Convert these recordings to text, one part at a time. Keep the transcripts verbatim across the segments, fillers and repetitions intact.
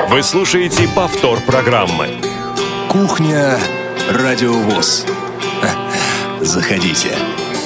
Вы слушаете повтор программы. Кухня Радиовоз. Заходите.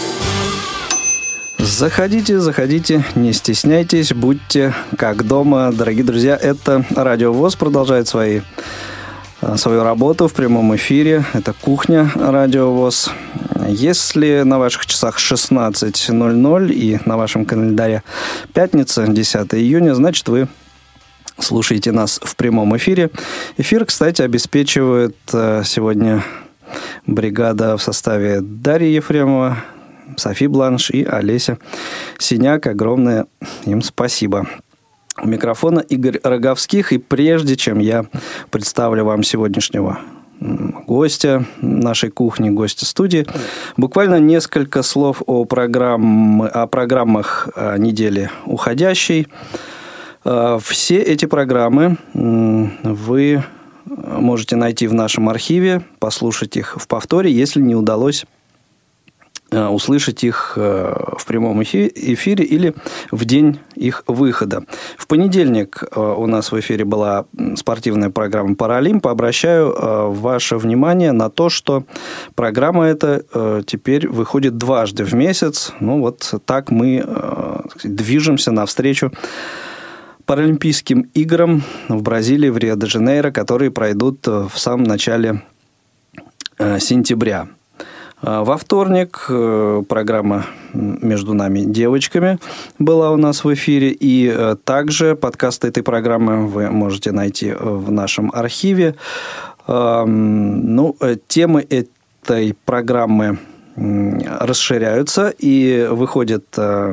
Заходите, заходите, не стесняйтесь, будьте как дома. Дорогие друзья, это Радиовоз продолжает свои, свою работу в прямом эфире. Это Кухня Радиовоз. Если на ваших часах шестнадцать ноль ноль и на вашем календаре пятница, десятое июня, значит, вы слушаете нас в прямом эфире. Эфир, кстати, обеспечивает сегодня бригада в составе Дарьи Ефремова, Софи Бланш и Олеся Синяк. Огромное им спасибо. У микрофона Игорь Роговских. И прежде чем я представлю вам сегодняшнего гостя нашей кухни, гостя студии, буквально несколько слов о, программ, о программах недели уходящей. Все эти программы вы можете найти в нашем архиве, послушать их в повторе, если не удалось услышать их в прямом эфире или в день их выхода. В понедельник у нас в эфире была спортивная программа «Паралимп». Обращаю ваше внимание на то, что программа эта теперь выходит дважды в месяц. Ну вот так мы движемся навстречу Паралимпийским играм в Бразилии, в Рио-де-Жанейро, которые пройдут в самом начале сентября. Во вторник программа «Между нами девочками» была у нас в эфире. И также подкаст этой программы вы можете найти в нашем архиве. Ну, темы этой программы расширяются и выходят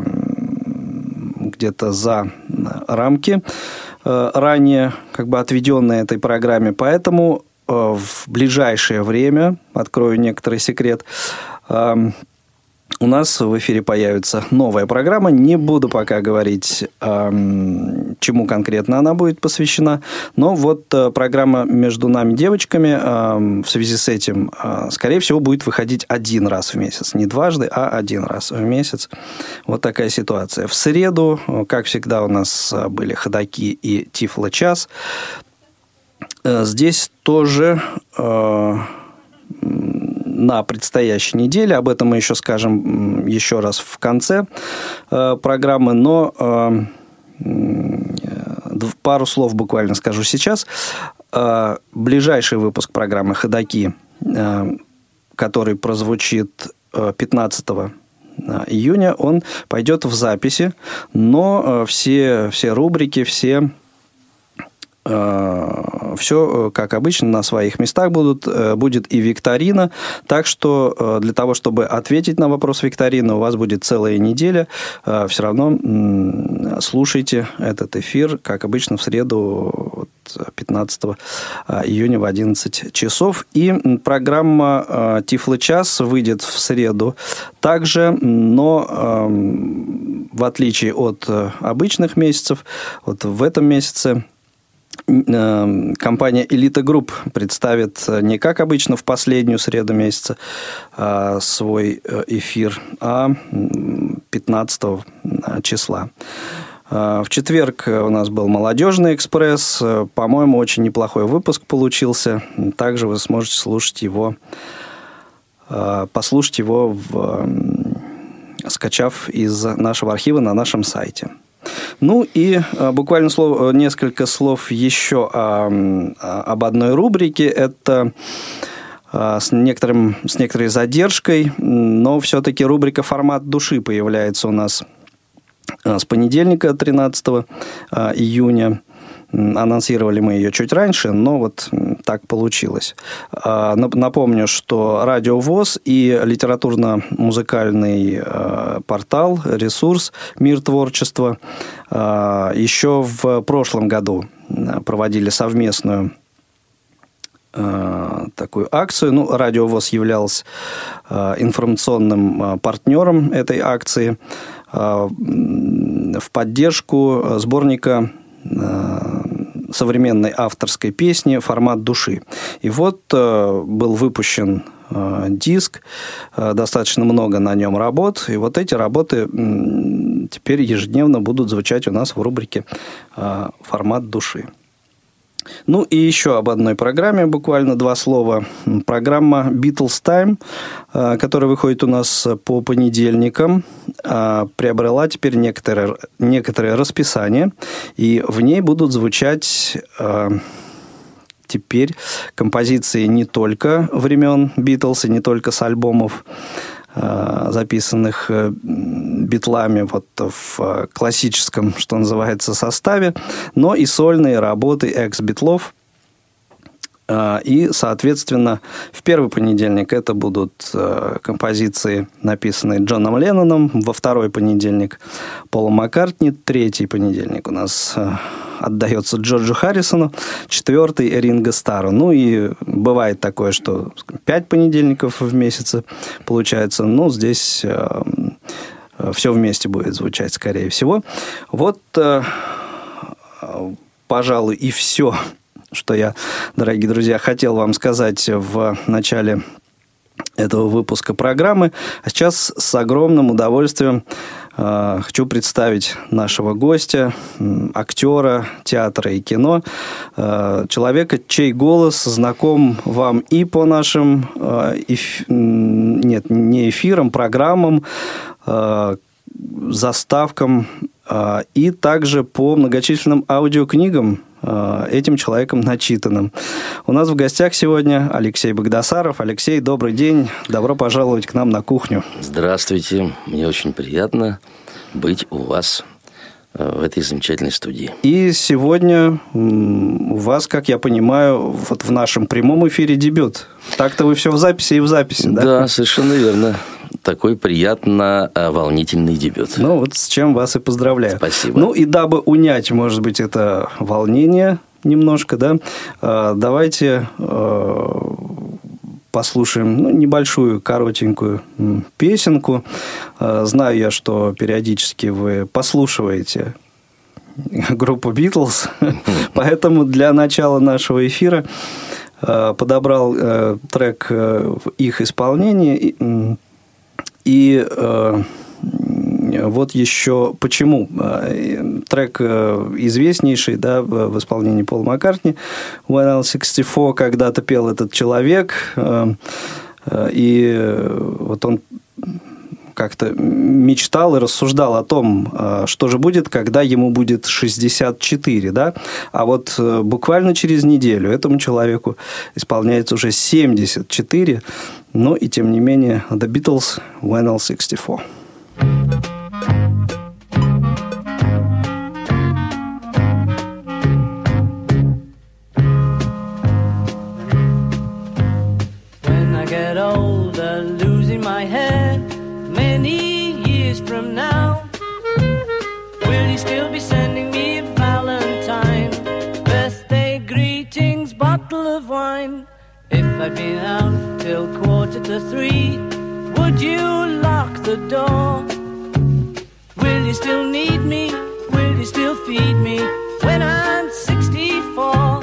где-то за рамки, ранее как бы отведенные этой программе. Поэтому в ближайшее время, открою некоторый секрет, у нас в эфире появится новая программа. Не буду пока говорить, чему конкретно она будет посвящена. Но вот программа «Между нами девочками» в связи с этим, скорее всего, будет выходить один раз в месяц. Не дважды, а один раз в месяц. Вот такая ситуация. В среду, как всегда, у нас были ходаки и Тифло-час. Здесь тоже на предстоящей неделе, об этом мы еще скажем еще раз в конце программы, но пару слов буквально скажу сейчас. Ближайший выпуск программы «Ходаки», который прозвучит пятнадцатого июня, он пойдет в записи, но все, все рубрики, все... Все, как обычно, на своих местах будут. Будет и викторина. Так что для того, чтобы ответить на вопрос викторины, у вас будет целая неделя. Все равно слушайте этот эфир, как обычно, в среду пятнадцатого июня в одиннадцать часов. И программа «Тифло-час» выйдет в среду также, но в отличие от обычных месяцев, вот в этом месяце компания «Элита Групп» представит не как обычно в последнюю среду месяца свой эфир, а пятнадцатого числа. В четверг у нас был «Молодежный экспресс». По-моему, очень неплохой выпуск получился. Также вы сможете слушать его, послушать его, в, скачав из нашего архива на нашем сайте. Ну и буквально слов, несколько слов еще о, об одной рубрике. Это с, некоторым, с некоторой задержкой, но все-таки рубрика «Формат души» появляется у нас с понедельника, тринадцатого июня. Анонсировали мы ее чуть раньше, но вот так получилось. Напомню, что Радиовоз и литературно-музыкальный портал, ресурс «Мир творчества» еще в прошлом году проводили совместную такую акцию. Ну, Радиовоз являлся информационным партнером этой акции в поддержку сборника современной авторской песни «Формат души». И вот был выпущен диск, достаточно много на нем работ, и вот эти работы теперь ежедневно будут звучать у нас в рубрике «Формат души». Ну и еще об одной программе, буквально два слова. Программа Beatles Time, которая выходит у нас по понедельникам, приобрела теперь некоторое, некоторое расписание, и в ней будут звучать теперь композиции не только времен Битлз, и не только с альбомов, записанных битлами вот в классическом, что называется, составе, но и сольные работы экс-битлов. И, соответственно, в первый понедельник это будут композиции, написанные Джоном Ленноном, во второй понедельник Полом Маккартни, третий понедельник у нас отдается Джорджу Харрисону, четвертый Ринго Старру. Ну и бывает такое, что пять понедельников в месяц получается. Ну, здесь э, все вместе будет звучать, скорее всего. Вот, э, пожалуй, и все, что я, дорогие друзья, хотел вам сказать в начале этого выпуска программы. А сейчас с огромным удовольствием э, хочу представить нашего гостя, актера театра и кино, э, человека, чей голос знаком вам и по нашим э, эф... нет, не эфирам, программам, э, заставкам, э, и также по многочисленным аудиокнигам, этим человеком начитанным. У нас в гостях сегодня Алексей Багдасаров. Алексей, добрый день. Добро пожаловать к нам на кухню. Здравствуйте. Мне очень приятно быть у вас в этой замечательной студии. И сегодня у вас, как я понимаю, вот в нашем прямом эфире дебют. Так-то вы все в записи и в записи, да? Да, совершенно верно. Такой приятно волнительный дебют. Ну, вот с чем вас и поздравляю. Спасибо. Ну, и дабы унять, может быть, это волнение немножко, да, давайте послушаем ну, небольшую, коротенькую песенку. Знаю я, что периодически вы послушиваете группу Битлз, поэтому для начала нашего эфира подобрал трек в их исполнении. И э, вот еще почему. Трек известнейший, да, в исполнении Пола Маккартни, When I was sixty-four, когда-то пел этот человек, э, и вот он как-то мечтал и рассуждал о том, что же будет, когда ему будет шестьдесят четыре, да? А вот буквально через неделю этому человеку исполняется уже семьдесят четыре, но и тем не менее The Beatles, When I was sixty-four. When I get older, losing my head many years from now, will you still be sending me a Valentine, birthday greetings, bottle of wine? If I'd been out till quarter to three, would you lock the door? Will you still need me? Will you still feed me when I'm sixty-four?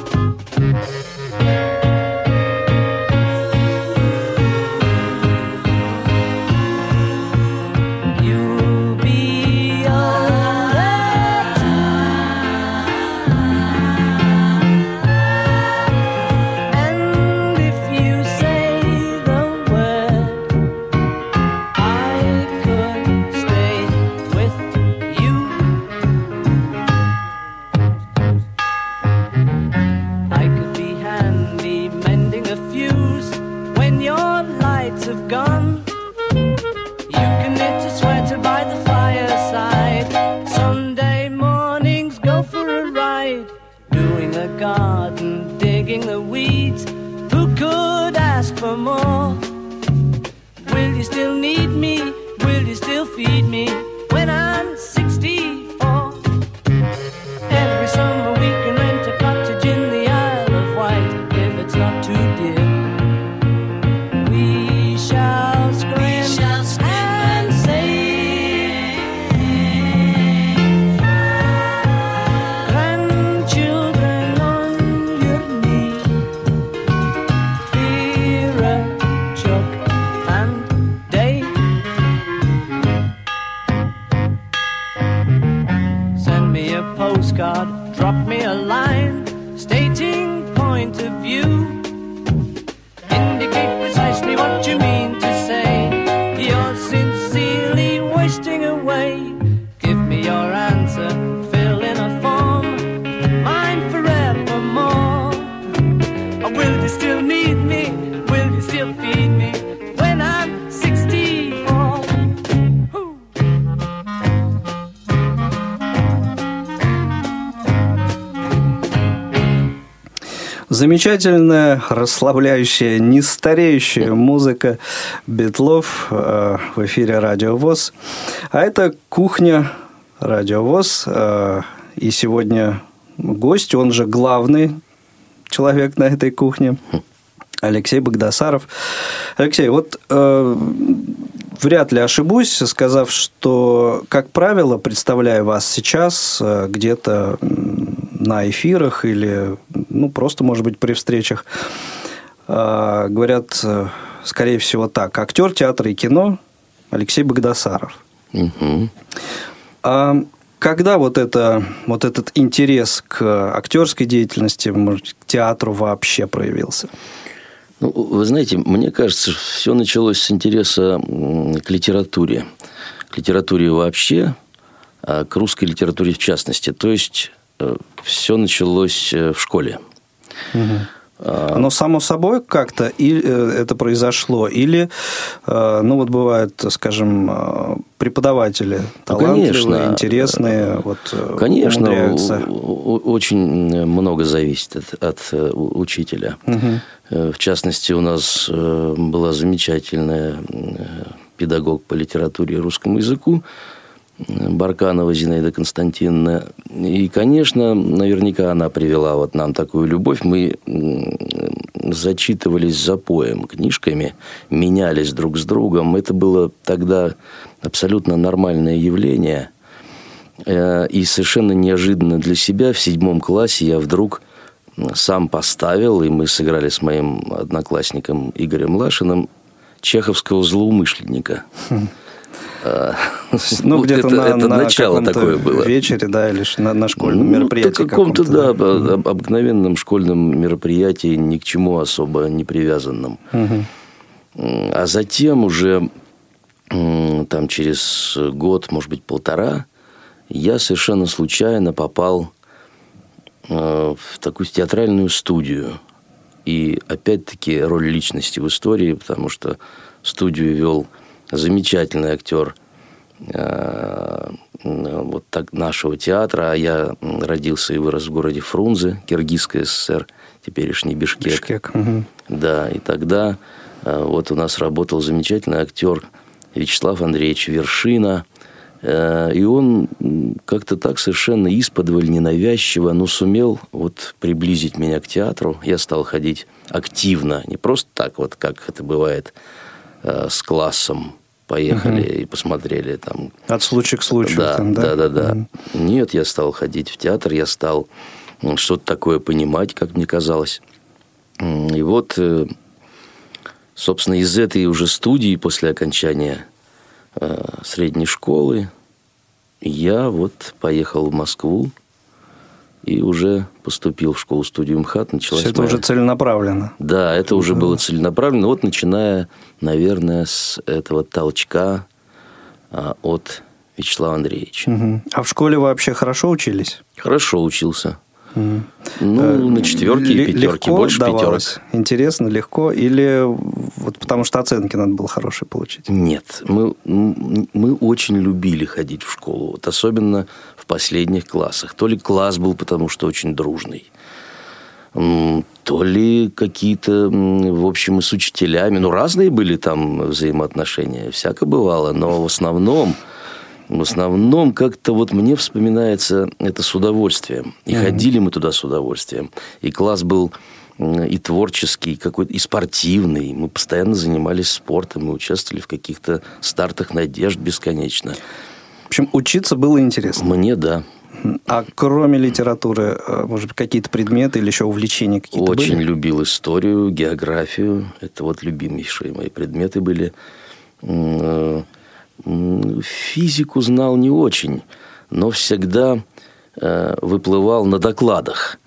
stating point of view. Indicate precisely what you mean to say. You're sincerely wasting away. Give me your answer, fill in a form, mine forevermore. Or will you still need me? Will you still feed me when I'm sixty-four? Woo. Замечательная, расслабляющая, нестареющая музыка Битлов э, в эфире Радио ВОС. А это «Кухня Радио ВОС». Э, и сегодня гость, он же главный человек на этой кухне, Алексей Багдасаров. Алексей, вот э, вряд ли ошибусь, сказав, что, как правило, представляю вас сейчас э, где-то на эфирах или, ну, просто, может быть, при встречах, э, говорят, э, скорее всего, так: актер театра и кино Алексей Багдасаров. Угу. А когда вот, это, вот этот интерес к актерской деятельности, может, к театру вообще проявился? Ну, вы знаете, мне кажется, все началось с интереса к литературе. К литературе вообще, а к русской литературе в частности. То есть, все началось в школе. Угу. Оно само собой как-то или это произошло, или, ну, вот бывают, скажем, преподаватели талантливые, конечно, интересные, вот, конечно, умудряются. Очень много зависит от, от учителя. Угу. В частности, у нас была замечательная педагог по литературе и русскому языку Барканова Зинаида Константиновна. И, конечно, наверняка она привела вот нам такую любовь. Мы зачитывались запоем книжками, менялись друг с другом. Это было тогда абсолютно нормальное явление. И совершенно неожиданно для себя в седьмом классе я вдруг сам поставил, и мы сыграли с моим одноклассником Игорем Лашиным, чеховского злоумышленника. Ну, где-то это, на, это на такое было. вечере, да, или на, на школьном ну, мероприятии. На каком-то, да, да, обыкновенном школьном мероприятии, ни к чему особо не привязанном. Угу. А затем уже там через год, может быть, полтора, я совершенно случайно попал в такую театральную студию. И опять-таки роль личности в истории, потому что студию вел замечательный актер э, вот так, нашего театра. А я родился и вырос в городе Фрунзе, Киргизская ССР, теперешний Бишкек. Бишкек. Угу. Да, и тогда э, вот у нас работал замечательный актер Вячеслав Андреевич Вершина. Э, и он как-то так совершенно исподволь, ненавязчиво, но сумел вот приблизить меня к театру. Я стал ходить активно, не просто так вот, как это бывает, с классом поехали uh-huh. и посмотрели там. От случая к случаю. Да, там, да, да, да, да. Uh-huh. Нет, я стал ходить в театр, я стал что-то такое понимать, как мне казалось. И вот, собственно, из этой уже студии после окончания средней школы я вот поехал в Москву и уже поступил в школу-студию МХАТ. Началась это моя... уже целенаправленно. Да, это уже было целенаправленно. Вот начиная, наверное, с этого толчка а, от Вячеслава Андреевича. Угу. А в школе вообще хорошо учились? Хорошо учился. Угу. Ну, на четверки и пятерки, больше давалось? пятерок. Интересно, легко? Или вот потому что оценки надо было хорошие получить? Нет, мы, мы очень любили ходить в школу. Вот особенно в последних классах. То ли класс был, потому что очень дружный, то ли какие-то, в общем, и с учителями. Ну, разные были там взаимоотношения. Всяко бывало. Но в основном... В основном как-то вот мне вспоминается это с удовольствием. И mm-hmm. ходили мы туда с удовольствием. И класс был и творческий, и какой-то, и спортивный. Мы постоянно занимались спортом. Мы участвовали в каких-то стартах надежд бесконечно. В общем, учиться было интересно. Мне, да. А кроме литературы, может быть, какие-то предметы или еще увлечения какие-то Очень были? любил историю, географию. Это вот любимейшие мои предметы были. Физику знал не очень, но всегда выплывал на докладах.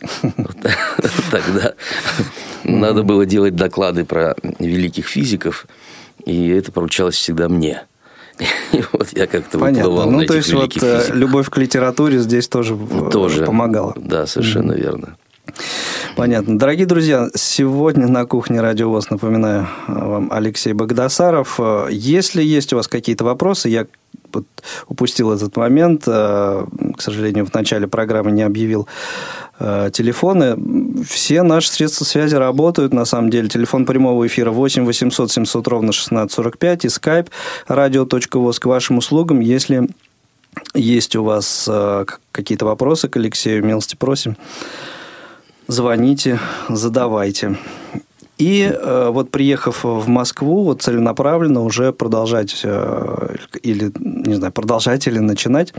Тогда надо было делать доклады про великих физиков, и это поручалось всегда мне. И вот я как-то выплывал ну, на то этих есть великих вот физиков. Любовь к литературе здесь тоже, тоже помогала. Да, совершенно mm-hmm. верно. Понятно. Дорогие друзья, сегодня на кухне Радио ВОС, напоминаю вам, Алексей Багдасаров. Если есть у вас какие-то вопросы, я вот упустил этот момент, к сожалению, в начале программы не объявил телефоны. Все наши средства связи работают, на самом деле. Телефон прямого эфира восемь восемьсот семьсот ровно шестнадцать сорок пять и skype radio.voz к вашим услугам. Если есть у вас какие-то вопросы к Алексею, милости просим, звоните, задавайте. И э, вот приехав в Москву, вот целенаправленно уже продолжать э, или, не знаю, продолжать или начинать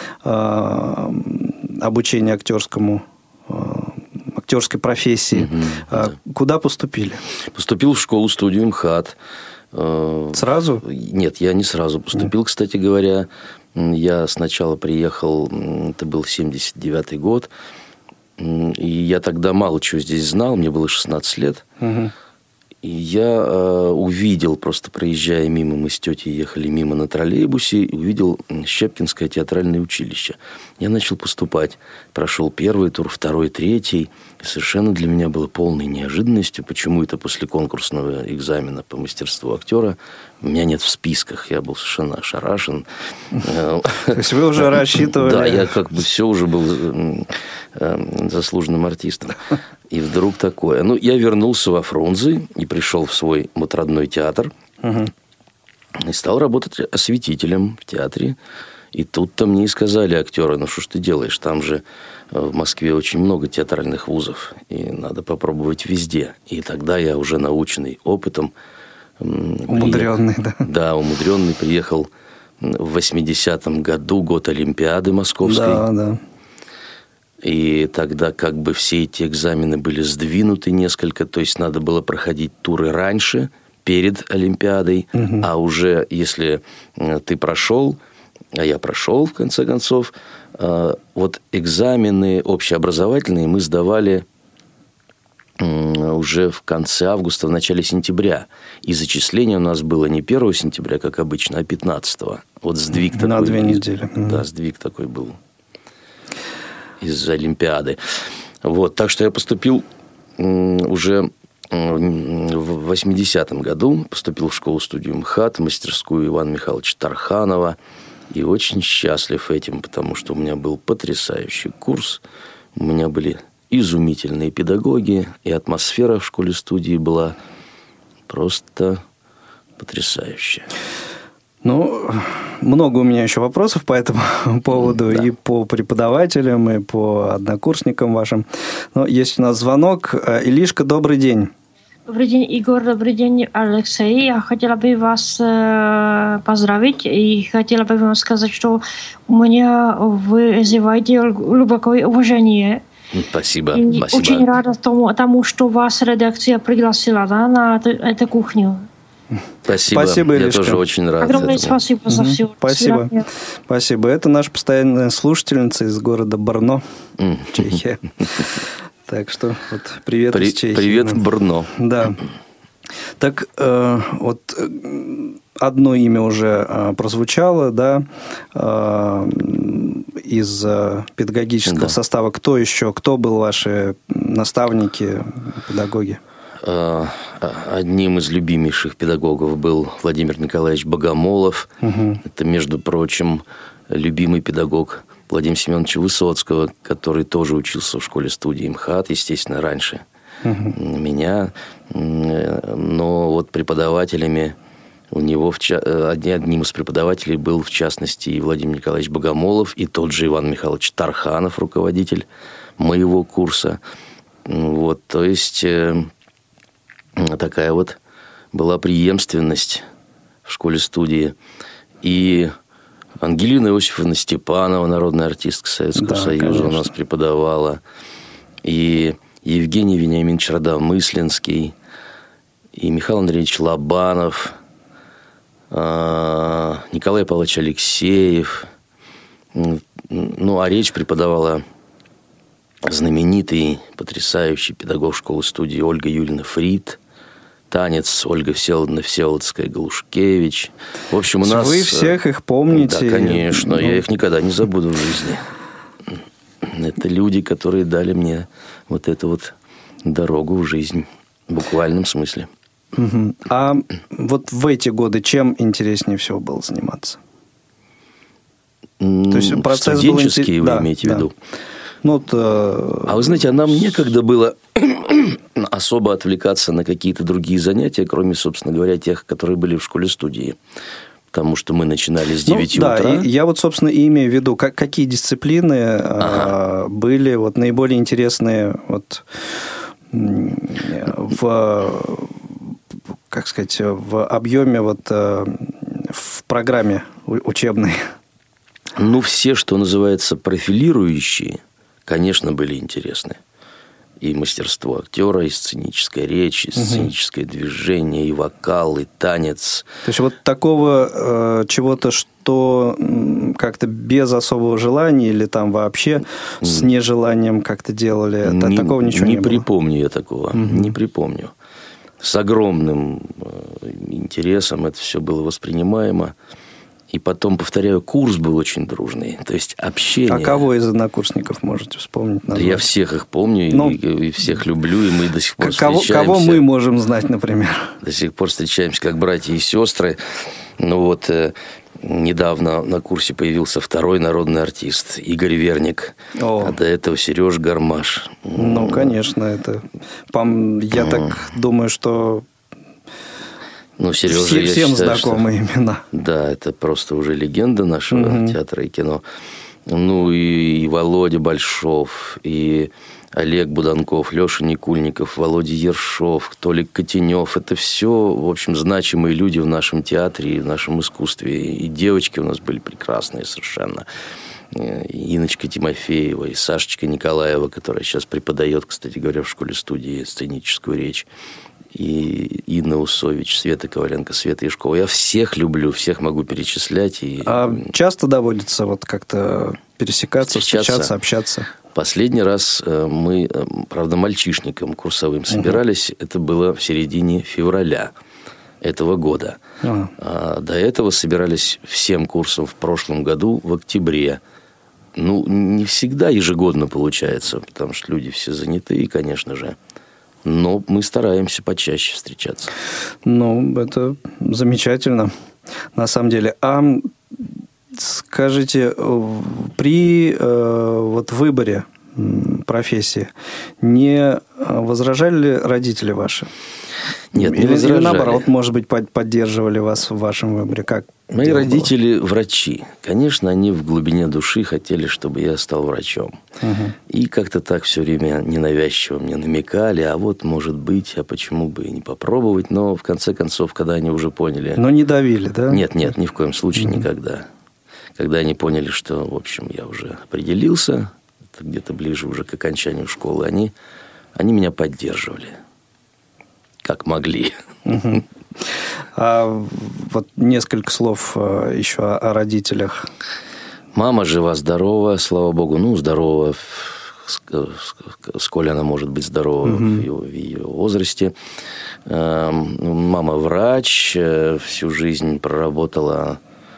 э, обучение актерскому, э, актерской профессии. Mm-hmm, э, да. Куда поступили? Поступил в школу-студию МХАТ. Э, сразу? Нет, я не сразу поступил, mm. кстати говоря. Я сначала приехал, это был семьдесят девятый год, и я тогда мало чего здесь знал, мне было шестнадцать лет. Угу. И я э, увидел, просто проезжая мимо, мы с тетей ехали мимо на троллейбусе, и увидел Щепкинское театральное училище. Я начал поступать. Прошел первый тур, второй, третий. И совершенно для меня было полной неожиданностью, почему это после конкурсного экзамена по мастерству актера меня нет в списках. Я был совершенно ошарашен. То есть вы уже рассчитывали? Да, я как бы все уже был заслуженным артистом. И вдруг такое. Ну, я вернулся во Фрунзе и пришел в свой вот родной театр. Угу. И стал работать осветителем в театре. И тут-то мне и сказали актеры, ну, что ж ты делаешь? Там же в Москве очень много театральных вузов. И надо попробовать везде. И тогда я уже наученный опытом. Умудренный, приехал, да. Да, умудренный. Приехал в восьмидесятом году, год Олимпиады Московской. Да, да. И тогда как бы все эти экзамены были сдвинуты несколько, то есть надо было проходить туры раньше, перед Олимпиадой, угу. а уже если ты прошел, а я прошел в конце концов, вот экзамены общеобразовательные мы сдавали уже в конце августа, в начале сентября. И зачисление у нас было не первого сентября, как обычно, а пятнадцатого. Вот сдвиг такой. На две недели. Да, сдвиг такой был. Из-за Олимпиады. Вот, так что я поступил уже в восьмидесятом году, поступил в школу-студию МХАТ, в мастерскую Ивана Михайловича Тарханова, и очень счастлив этим, потому что у меня был потрясающий курс, у меня были изумительные педагоги, и атмосфера в школе-студии была просто потрясающая. Ну, много у меня еще вопросов по этому поводу, да. И по преподавателям, и по однокурсникам вашим. Но есть у нас звонок. Илишка, добрый день. Добрый день, Игорь, добрый день, Алексей. Я хотела бы вас э, поздравить и хотела бы вам сказать, что у меня вы вызываете глубокое уважение. Спасибо. И спасибо. Очень рада тому, тому, что вас редакция пригласила, да, на эту, эту кухню. Спасибо. Спасибо, Я Илишка. тоже очень рад. Огромное этому. спасибо за все. Спасибо. Спасибо. Это наша постоянная слушательница из города Брно, mm. Чехия. Так что вот привет При, из Чехии. Привет, Брно. Да. Так э, вот одно имя уже э, прозвучало, да, э, из э, педагогического да. состава. Кто еще? Кто был ваши наставники, педагоги? Одним из любимейших педагогов был Владимир Николаевич Богомолов. Угу. Это, между прочим, любимый педагог Владимира Семеновича Высоцкого, который тоже учился в школе-студии МХАТ, естественно, раньше угу. меня. Но вот преподавателями у него, в ча... одним из преподавателей был, в частности, и Владимир Николаевич Богомолов, и тот же Иван Михайлович Тарханов, руководитель моего курса. Вот, то есть... Такая вот была преемственность в школе-студии. И Ангелина Иосифовна Степанова, народная артистка Советского да, Союза, конечно. У нас преподавала. И Евгений Вениаминович Радомысленский, и Михаил Андреевич Лобанов, Николай Павлович Алексеев, Ну, а речь преподавала знаменитый, потрясающий педагог школы-студии Ольга Юрьевна Фрид. Танец Ольга Всеволодовна Всеволодская-Галушкевич. В общем, у нас... Вы всех их помните? Да, конечно. Ну... Я их никогда не забуду в жизни. Это люди, которые дали мне вот эту вот дорогу в жизнь. В буквальном смысле. Угу. А вот в эти годы чем интереснее всего было заниматься? То есть процесс студенческие был... вы да, имеете да. в виду? Ну, вот, э... А вы знаете, а нам некогда было особо отвлекаться на какие-то другие занятия, кроме, собственно говоря, тех, которые были в школе-студии. Потому что мы начинали с девяти ну, утра. Да, и я вот, собственно, и имею в виду, как, какие дисциплины ага. э, были вот, наиболее интересные вот, в, как сказать, в объеме, вот, в программе учебной. Ну, все, что называется, профилирующие, конечно, были интересны. И мастерство актера, и сценическая речь, и сценическое угу. движение, и вокал, и танец. То есть, вот такого э, чего-то, что как-то без особого желания или там вообще с нежеланием как-то делали, не, такого ничего не, не было? Не припомню я такого, угу. не припомню. С огромным интересом это все было воспринимаемо. И потом, повторяю, курс был очень дружный. То есть общение. А кого из однокурсников можете вспомнить? Да я всех их помню, ну, и, и всех люблю, и мы до сих пор кого, встречаемся. Кого мы можем знать, например? До сих пор встречаемся как братья и сестры. Ну вот, э, недавно на курсе появился второй народный артист, Игорь Верник. О. А до этого Сереж Гармаш. Ну, конечно, это... Я так думаю, что... Ну, Сережа, Все, я всем считаю, знакомые что, имена. Да, это просто уже легенда нашего угу. театра и кино. Ну, и, и Володя Большов, и Олег Буданков, Леша Никульников, Володя Ершов, Толик Котенев. Это все, в общем, значимые люди в нашем театре и в нашем искусстве. И девочки у нас были прекрасные совершенно. И Инночка Тимофеева, и Сашечка Николаева, которая сейчас преподает, кстати говоря, в школе-студии сценическую речь. И Инна Усович, Света Коваленко, Света Яшкова. Я всех люблю, всех могу перечислять. И... А часто доводится вот как-то пересекаться, встречаться, встречаться общаться? Последний раз мы, правда, мальчишникам курсовым собирались. Угу. Это было в середине февраля этого года. Ага. А до этого собирались всем курсом в прошлом году в октябре. Ну, не всегда ежегодно получается, потому что люди все заняты, конечно же. Но мы стараемся почаще встречаться. Ну, это замечательно, на самом деле. А скажите, при э, вот выборе профессии не возражали ли родители ваши? Нет, не или, возражали. Или наоборот, может быть, поддерживали вас в вашем выборе? Как Мои родители было? Врачи. Конечно, они в глубине души хотели, чтобы я стал врачом. Угу. И как-то так все время ненавязчиво мне намекали, а вот, может быть, а почему бы и не попробовать. Но, в конце концов, когда они уже поняли... Но не давили, да? Нет, нет, ни в коем случае угу. никогда. Когда они поняли, что, в общем, я уже определился, это где-то ближе уже к окончанию школы, они, они меня поддерживали. Как могли. Угу. А вот несколько слов еще о родителях. Мама жива-здорова, слава богу. Ну, здорова, сколь она может быть здорова угу. в, ее, в ее возрасте. Мама врач, всю жизнь проработала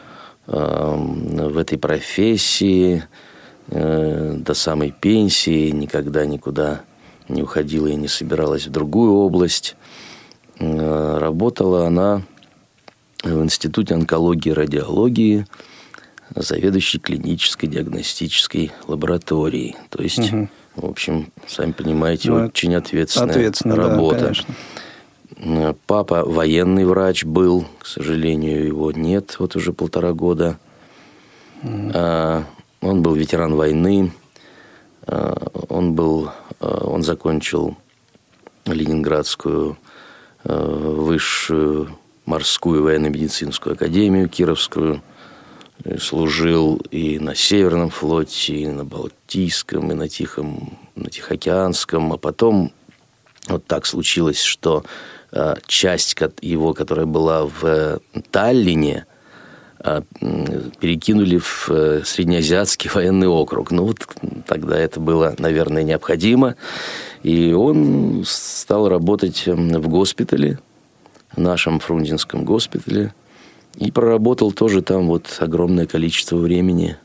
в этой профессии до самой пенсии, никогда никуда не уходила и не собиралась в другую область. Работала она в Институте онкологии и радиологии, заведующей клинической диагностической лабораторией. То есть, угу. в общем, сами понимаете, ну, очень ответственная ответственно, работа. Да, папа военный врач был, к сожалению, его нет вот уже полтора года. Угу. Он был ветеран войны. Он был, он закончил Ленинградскую высшую морскую военно-медицинскую академию Кировскую, служил и на Северном флоте, и на Балтийском, и на Тихом, на Тихоокеанском, а потом вот так случилось, что часть его, которая была в Таллине, а перекинули в Среднеазиатский военный округ. Ну, вот тогда это было, наверное, необходимо. И он стал работать в госпитале, в нашем Фрунзенском госпитале. И проработал тоже там вот огромное количество времени.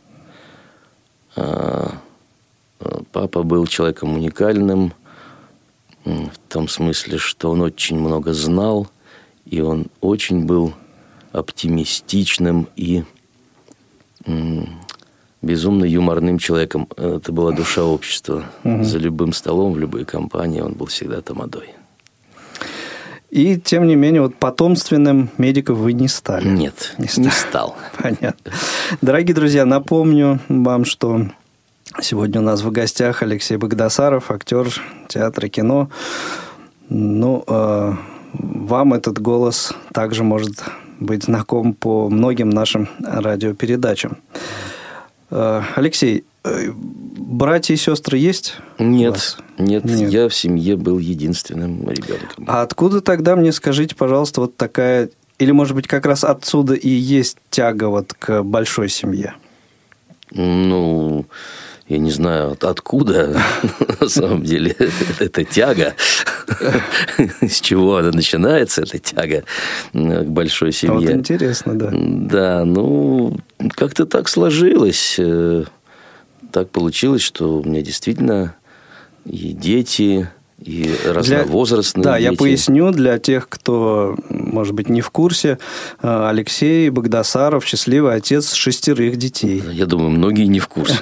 Папа был человеком уникальным, в том смысле, что он очень много знал, и он очень был оптимистичным и безумно юморным человеком. Это была душа общества. Угу. За любым столом, в любой компании он был всегда тамадой. И, тем не менее, вот потомственным медиком вы не стали. Нет, не стал. Не стал. Понятно. Дорогие друзья, напомню вам, что сегодня у нас в гостях Алексей Багдасаров, актер театра и кино. Ну, э, вам этот голос также может быть знаком по многим нашим радиопередачам. Э, Алексей, э, братья и сестры есть? Нет, нет, нет, я в семье был единственным ребенком. А откуда тогда, мне скажите, пожалуйста, вот такая, или, может быть, как раз отсюда и есть тяга вот к большой семье? Ну, я не знаю, откуда, на самом деле, эта тяга, с чего она начинается, эта тяга к большой семье. Вот интересно, да. Да, ну, как-то так сложилось. Так получилось, что у меня действительно и дети, и разновозрастные для, да, дети. Я поясню для тех, кто, может быть, не в курсе. Алексей Багдасаров – счастливый отец шестерых детей. Я думаю, многие не в курсе.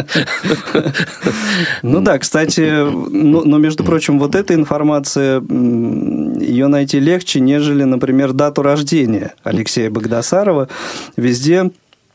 Ну да, кстати, но, между прочим, вот эта информация, ее найти легче, нежели, например, дату рождения Алексея Багдасарова. Везде...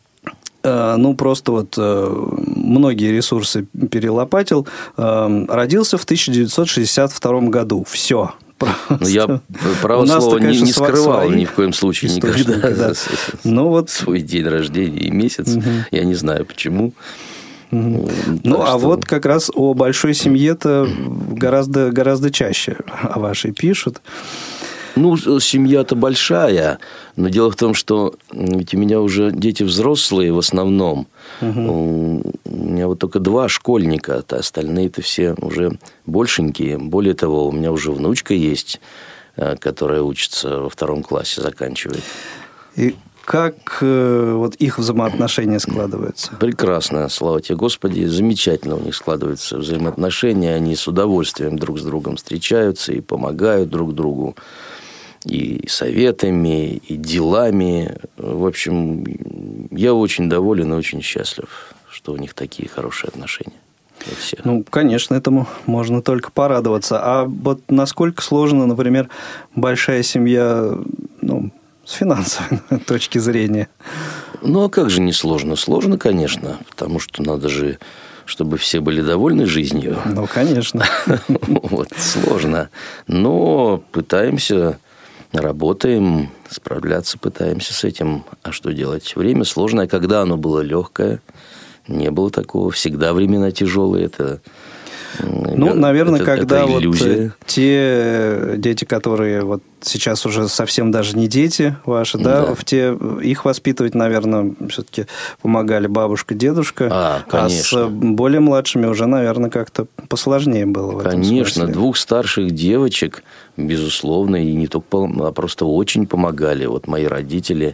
Ну, просто вот многие ресурсы перелопатил. Родился в тысяча девятьсот шестьдесят втором году. Все. Ну, я, право слово, не, не скрывал ни в коем случае никогда да. ну, вот... свой день рождения и месяц. Угу. Я не знаю, почему. Угу. Ну, что... а вот как раз о большой семье-то гораздо, гораздо чаще о вашей пишут. Ну, семья-то большая, но дело в том, что ведь у меня уже дети взрослые в основном. Угу. У меня вот только два школьника, а остальные-то все уже большенькие. Более того, у меня уже внучка есть, которая учится во втором классе, заканчивает. И как вот их взаимоотношения складываются? Прекрасно, слава тебе, Господи. Замечательно у них складываются взаимоотношения. Они с удовольствием друг с другом встречаются и помогают друг другу. И советами, и делами. В общем, я очень доволен и очень счастлив, что у них такие хорошие отношения. Ну, конечно, этому можно только порадоваться. А вот насколько сложно, например, большая семья, ну, с финансовой точки зрения? Ну, а как же не сложно? Сложно, конечно, потому что надо же, чтобы все были довольны жизнью. Ну, конечно. Вот, сложно. Но пытаемся... Работаем, справляться пытаемся с этим. А что делать? Время сложное. Когда оно было легкое, не было такого. Всегда времена тяжелые. Это, ну, наверное, это, когда это вот те дети, которые вот сейчас уже совсем даже не дети ваши, да, да. В те, их воспитывать, наверное, все-таки помогали бабушка, дедушка. А, конечно. А с более младшими уже, наверное, как-то посложнее было в этом Конечно. смысле. Двух старших девочек, безусловно, и не только, а просто очень помогали. Вот мои родители.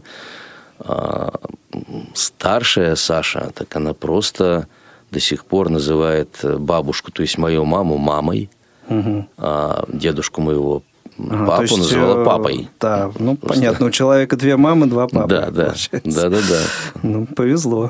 Старшая Саша, так она просто до сих пор называет бабушку, то есть мою маму, мамой, угу. а дедушку моего ага, папу есть, называла папой. Да, ну, просто... понятно, у человека две мамы, два папы. Да, да, да, да, да. Ну, повезло.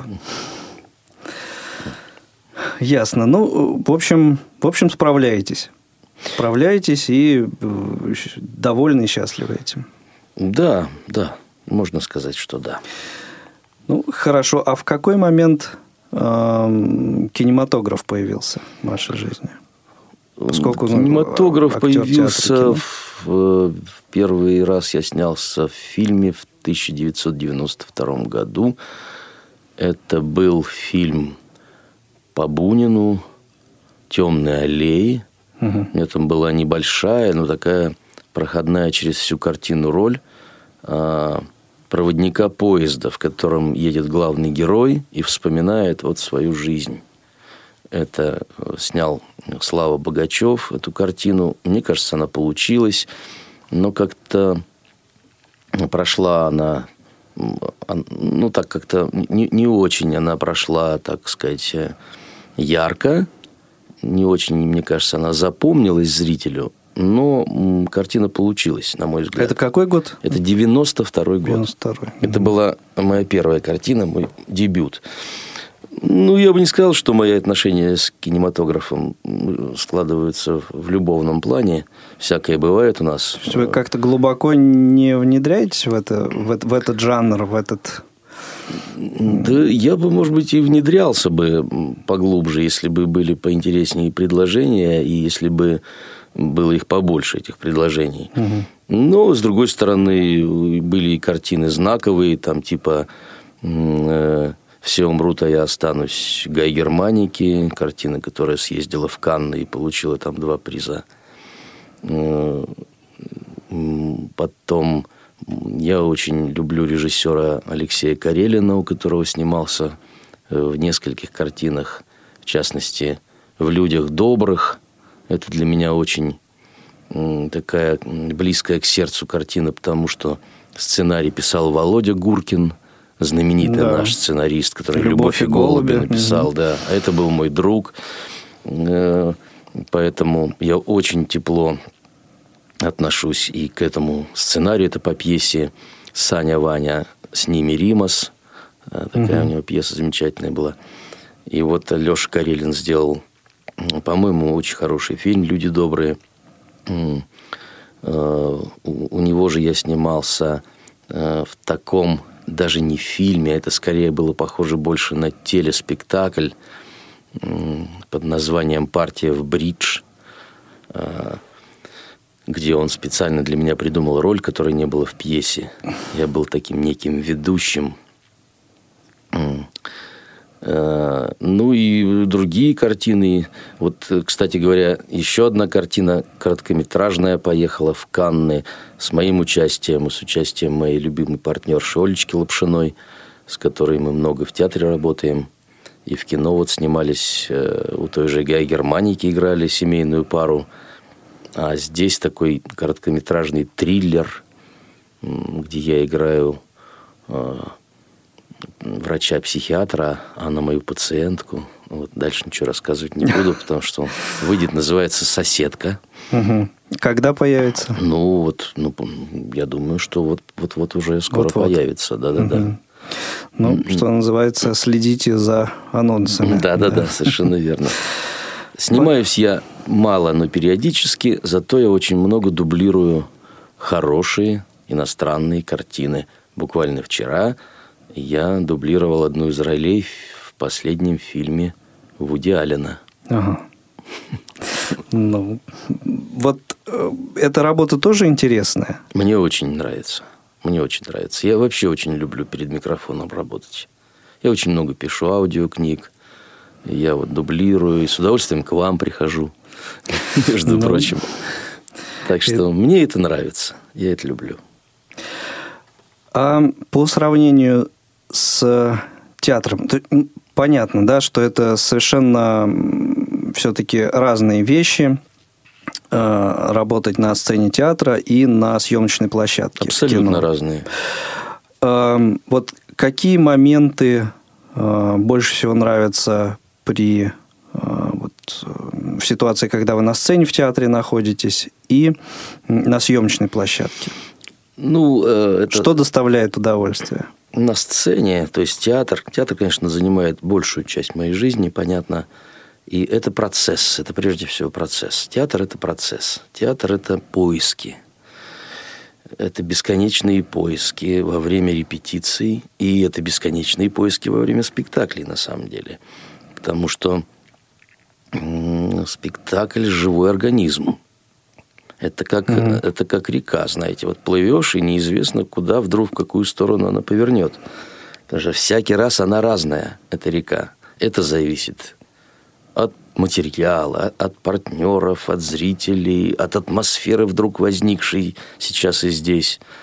Ясно. Ну, в общем, в общем, справляетесь. Справляетесь и довольны и счастливы этим. Да, да, можно сказать, что да. Ну, хорошо. А в какой момент э, кинематограф появился в вашей жизни? Поскольку кинематограф появился в, в первый раз я снялся в фильме в тысяча девятьсот девяносто втором году. Это был фильм по Бунину «Темные аллеи». Угу. У меня там была небольшая, но такая проходная через всю картину роль. проводника поезда, в котором едет главный герой и вспоминает вот свою жизнь. Это снял Слава Богачев, эту картину. Мне кажется, она получилась, но как-то прошла она, ну, так как-то не, не очень она прошла, так сказать, ярко. Не очень, мне кажется, она запомнилась зрителю, но картина получилась, на мой взгляд. Это какой год? Это девяносто второй год. девяносто второй. Это была моя первая картина, мой дебют. Ну, я бы не сказал, что мои отношения с кинематографом складываются в любовном плане. Всякое бывает у нас. Вы как-то глубоко не внедряетесь в, это, в, в этот жанр, в этот... Да я бы, может быть, и внедрялся бы поглубже, если бы были поинтереснее предложения, и если бы было их побольше, этих предложений. Угу. Но, с другой стороны, были и картины знаковые, там типа... Э, «Все умрут, а я останусь» Гай Германики, картина, которая съездила в Канны и получила там два приза. Потом я очень люблю режиссера Алексея Карелина, у которого снимался в нескольких картинах, в частности, «В людях добрых». Это для меня очень такая близкая к сердцу картина, потому что сценарий писал Володя Гуркин, знаменитый да. наш сценарист, который «Любовь, Любовь и голуби» написал, угу. да. Это был мой друг. Поэтому я очень тепло отношусь и к этому сценарию. Это по пьесе «Саня Ваня, сними Римас». Такая угу. у него пьеса замечательная была. И вот Леша Карелин сделал, по-моему, очень хороший фильм «Люди добрые». У него же я снимался в таком... даже не в фильме, это скорее было похоже больше на телеспектакль под названием «Партия в бридж», где он специально для меня придумал роль, которой не было в пьесе. Я был таким неким ведущим. Ну и другие картины. Вот, кстати говоря, еще одна картина короткометражная поехала в Канны с моим участием и с участием моей любимой партнерши Олечки Лапшиной, с которой мы много в театре работаем. И в кино вот снимались, у той же Гай Германики играли семейную пару. А здесь такой короткометражный триллер, где я играю врача-психиатра, а на мою пациентку. Вот дальше ничего рассказывать не буду, потому что выйдет, называется «Соседка». Угу. Когда появится? Ну, вот, ну, я думаю, что вот, вот, вот уже скоро вот-вот появится. Да-да-да. Угу. Ну, что называется, следите за анонсами. Да-да-да, совершенно верно. Снимаюсь я мало, но периодически, зато я очень много дублирую хорошие иностранные картины. Буквально вчера я дублировал одну из ролей в последнем фильме Вуди Аллена. Ага. Ну, вот э, эта работа тоже интересная? Мне очень нравится. Мне очень нравится. Я вообще очень люблю перед микрофоном работать. Я очень много пишу аудиокниг. Я вот дублирую и с удовольствием к вам прихожу, между прочим. Так что мне это нравится. Я это люблю. А по сравнению с театром, понятно, да, что это совершенно все-таки разные вещи. Работать на сцене театра и на съемочной площадке. Абсолютно разные. Вот какие моменты больше всего нравятся при вот, в ситуации, когда вы на сцене в театре находитесь, и на съемочной площадке? Ну, это... Что доставляет удовольствие? На сцене, то есть театр. Театр, конечно, занимает большую часть моей жизни, понятно. И это процесс, это прежде всего процесс. Театр – это процесс. Театр – это поиски. Это бесконечные поиски во время репетиций, и это бесконечные поиски во время спектаклей, на самом деле. Потому что спектакль – живой организм. Это как, mm-hmm. это как река, знаете. Вот плывешь, и неизвестно, куда вдруг, в какую сторону она повернет. Потому что всякий раз она разная, эта река. Это зависит от материала, от партнеров, от зрителей, от атмосферы, вдруг возникшей сейчас и здесь.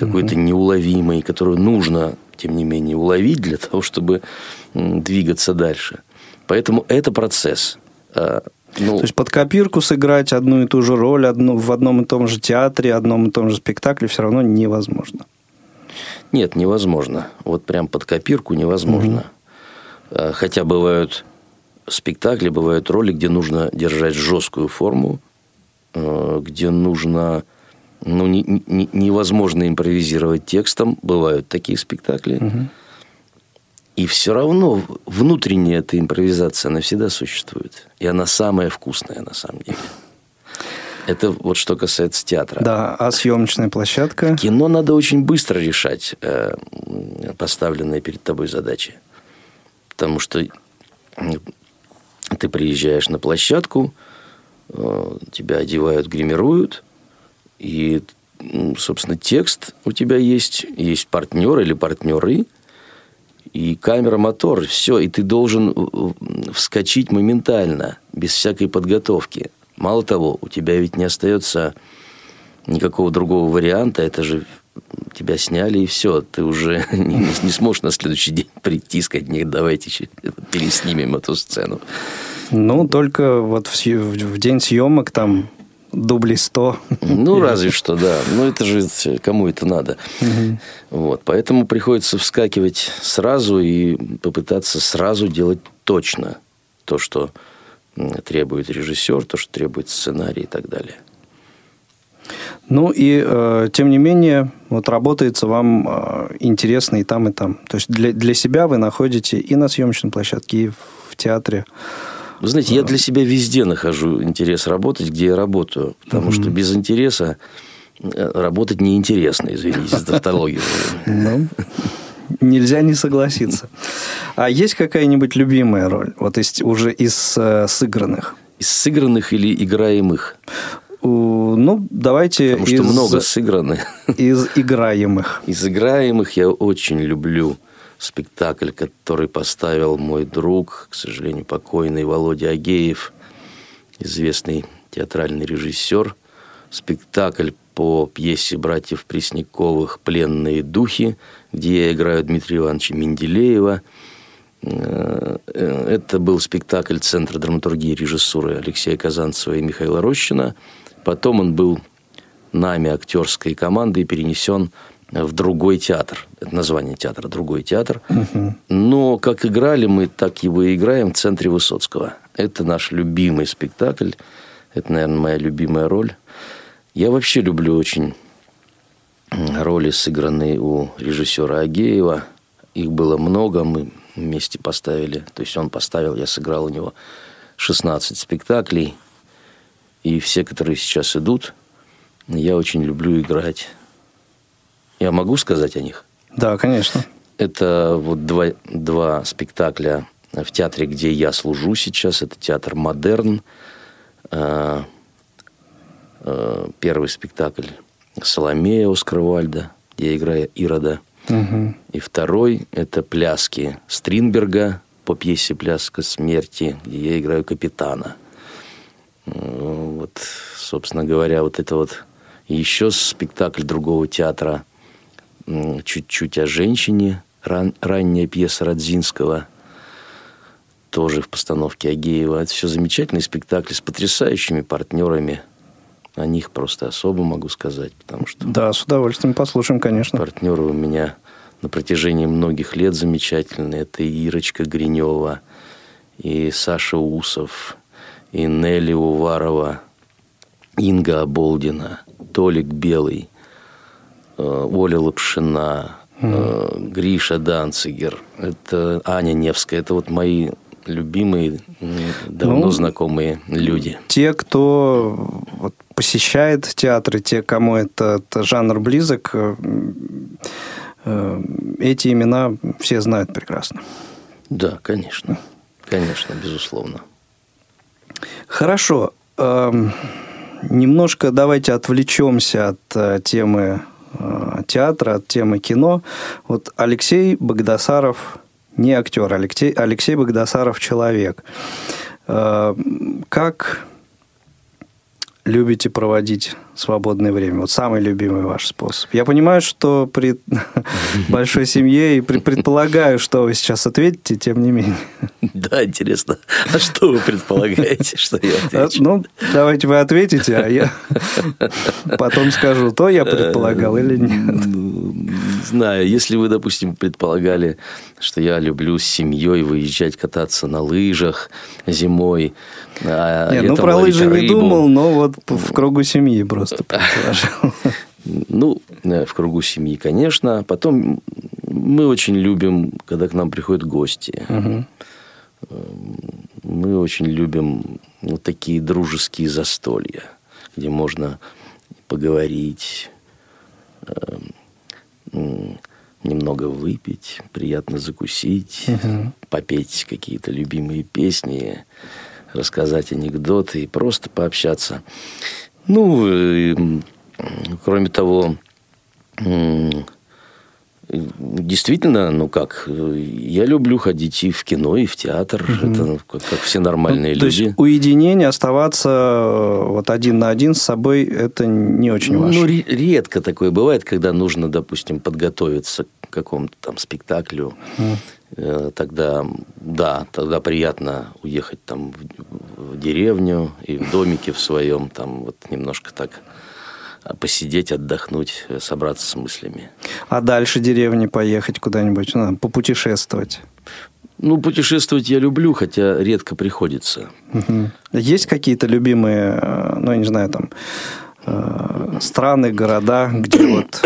какой-то неуловимой, которую нужно, тем не менее, уловить для того, чтобы двигаться дальше. Поэтому это процесс. Ну, то есть под копирку сыграть одну и ту же роль одну, в одном и том же театре, одном и том же спектакле все равно невозможно. Нет, невозможно. Вот прям под копирку невозможно. Угу. Хотя бывают спектакли, бывают роли, где нужно держать жесткую форму, где нужно... Ну, не, не, невозможно импровизировать текстом. Бывают такие спектакли. Угу. И все равно внутренняя эта импровизация, она всегда существует. И она самая вкусная, на самом деле. Это вот что касается театра. Да, а съемочная площадка? Кино надо очень быстро решать э, поставленные перед тобой задачи. Потому что ты приезжаешь на площадку, э, тебя одевают, гримируют, и, собственно, текст у тебя есть, есть партнер или партнеры, и камера, мотор, все, и ты должен вскочить моментально, без всякой подготовки. Мало того, у тебя ведь не остается никакого другого варианта, это же тебя сняли, и все, ты уже не, не сможешь на следующий день прийти и сказать: нет, давайте переснимем эту сцену. Ну, только вот в, в день съемок там дублей сто. Ну, разве что, да. Ну, это же кому это надо. Угу. Вот. Поэтому приходится вскакивать сразу и попытаться сразу делать точно то, что требует режиссер, то, что требует сценарий и так далее. Ну, и э, тем не менее, вот работается вам э, интересно и там, и там. То есть для, для себя вы находите и на съемочной площадке, и в театре. Вы знаете, я для себя везде нахожу интерес работать, где я работаю. Потому mm-hmm. что без интереса работать неинтересно, извините за тавтологию. Ну, нельзя не согласиться. А есть какая-нибудь любимая роль? Вот из, уже из э, сыгранных? Из сыгранных или играемых? У, ну, давайте... Потому что из, много сыгранных. Из играемых. Из играемых я очень люблю спектакль, который поставил мой друг, к сожалению, покойный Володя Агеев, известный театральный режиссер. Спектакль по пьесе братьев Пресняковых «Пленные духи», где я играю Дмитрия Ивановича Менделеева. Это был спектакль Центра драматургии и режиссуры Алексея Казанцева и Михаила Рощина. Потом он был нами, актерской командой, перенесен в другой театр. Это название театра «Другой театр». Угу. Но как играли мы, так его и играем в Центре Высоцкого. Это наш любимый спектакль. Это, наверное, моя любимая роль. Я вообще люблю очень роли, сыгранные у режиссера Агеева. Их было много, мы вместе поставили. То есть он поставил, я сыграл у него шестнадцать спектаклей. И все, которые сейчас идут, я очень люблю играть. Я могу сказать о них? Да, конечно. Это вот два, два спектакля в театре, где я служу сейчас. Это театр «Модерн». Первый спектакль «Соломея» Оскара Вальда, где я играю Ирода. Угу. И второй – это «Пляски» Стринберга по пьесе «Пляска смерти», где я играю капитана. Вот, собственно говоря, вот это вот еще спектакль другого театра «Чуть-чуть о женщине», ран, ранняя пьеса Радзинского, тоже в постановке Агеева. Это все замечательные спектакли с потрясающими партнерами. О них просто особо могу сказать, потому что... Да, с удовольствием послушаем, конечно. Партнеры у меня на протяжении многих лет замечательные. Это и Ирочка Гринева, и Саша Усов, и Нелли Уварова, Инга Оболдина, Толик Белый, Оля Лапшина, mm. Гриша Данцигер, это Аня Невская. Это вот мои любимые, давно ну, знакомые люди. Те, кто вот, посещает театры, те, кому этот жанр близок, эти имена все знают прекрасно. Да, конечно. Конечно, безусловно. Хорошо. Немножко давайте отвлечемся от темы театра, от темы кино. Вот Алексей Багдасаров не актер, Алексей, Алексей Багдасаров человек. Как любите проводить свободное время? Вот самый любимый ваш способ. Я понимаю, что при большой семье и предполагаю, что вы сейчас ответите, тем не менее. Да, интересно. А что вы предполагаете, что я отвечу? Ну, давайте вы ответите, а я потом скажу, то я предполагал или нет. Не знаю, если вы, допустим, предполагали, что я люблю с семьей выезжать кататься на лыжах зимой, а не, ну, про лыжи не думал, но вот в кругу семьи просто предположил. Ну, в кругу семьи, конечно. Потом мы очень любим, когда к нам приходят гости. Угу. Мы очень любим вот такие дружеские застолья, где можно поговорить, немного выпить, приятно закусить, угу. попеть какие-то любимые песни, рассказать анекдоты и просто пообщаться. Ну, кроме того, действительно, ну как, я люблю ходить и в кино, и в театр. Mm-hmm. Это как, как все нормальные ну, люди. То есть уединение, оставаться вот один на один с собой, это не очень важно? Ну, редко такое бывает, когда нужно, допустим, подготовиться к какому-то там спектаклю. Mm. Тогда, да, тогда приятно уехать там в, в деревню и в домике в своем, там вот немножко так посидеть, отдохнуть, собраться с мыслями. А дальше деревни поехать куда-нибудь, ну, попутешествовать? Ну, путешествовать я люблю, хотя редко приходится. Угу. Есть какие-то любимые, ну, я не знаю, там, страны, города, где вот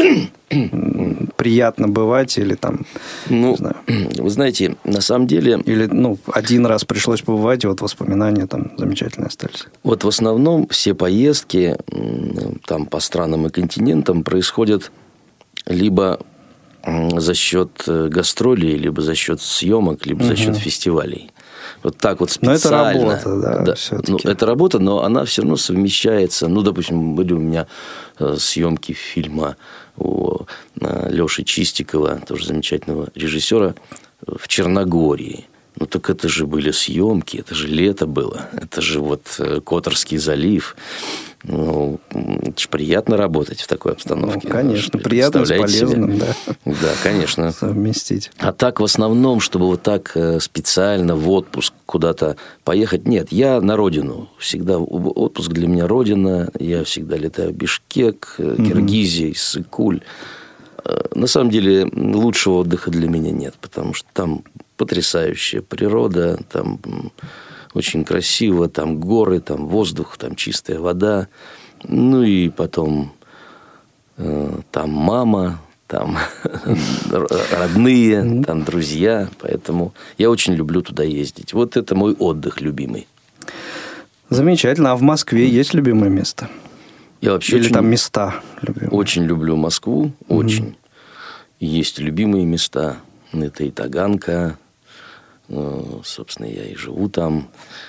приятно бывать или там, ну, не знаю. Вы знаете, на самом деле... Или, ну, один раз пришлось побывать, и вот воспоминания там замечательные остались. Вот в основном все поездки там по странам и континентам происходят либо за счет гастролей, либо за счет съемок, либо угу. за счет фестивалей. Вот так вот специально. Но это работа, да, да. все-таки. Ну, это работа, но она все равно совмещается. Ну, допустим, были у меня съемки фильма у Леши Чистикова, тоже замечательного режиссера, в Черногории. Ну, так это же были съемки, это же лето было, это же вот Которский залив. Ну, это же приятно работать в такой обстановке. Ну, конечно, приятно, с полезным, да. Да, конечно. Совместить. А так, в основном, чтобы вот так специально в отпуск куда-то поехать, нет, я на родину. Всегда отпуск для меня родина. Я всегда летаю в Бишкек, Киргизия, Иссык-Куль. На самом деле, лучшего отдыха для меня нет, потому что там потрясающая природа, там очень красиво, там горы, там воздух, там чистая вода. Ну и потом э, там мама, там родные, там друзья. Поэтому я очень люблю туда ездить. Вот это мой отдых любимый. Замечательно. А в Москве есть любимое место? Я вообще Или очень, там места любимые? Очень люблю Москву, очень. Mm-hmm. Есть любимые места. Это и Таганка. Собственно, я и живу там.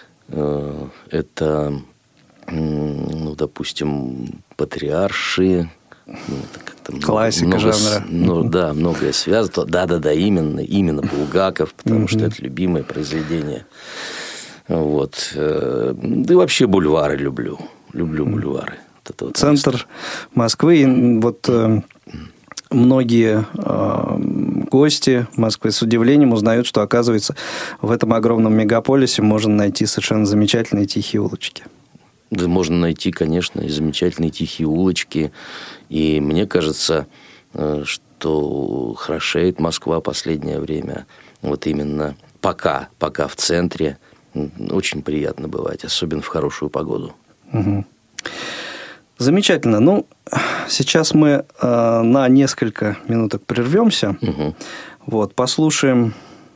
Это, ну, допустим, Патриарши. Ну, это классика много, жанра. Ну, да, многое связано. Да-да-да, именно, именно Булгаков, потому mm-hmm. что это любимое произведение. Вот. Да и вообще бульвары люблю. Люблю бульвары. Вот это вот центр место. Москвы. Вот э, многие э, гости Москвы с удивлением узнают, что, оказывается, в этом огромном мегаполисе можно найти совершенно замечательные тихие улочки. Да, можно найти, конечно, и замечательные тихие улочки. И мне кажется, что хорошеет Москва последнее время. Вот именно пока, пока в центре. Очень приятно бывать, особенно в хорошую погоду. Угу. Замечательно. Ну, сейчас мы э, на несколько минуток прервемся. Угу. Вот, послушаем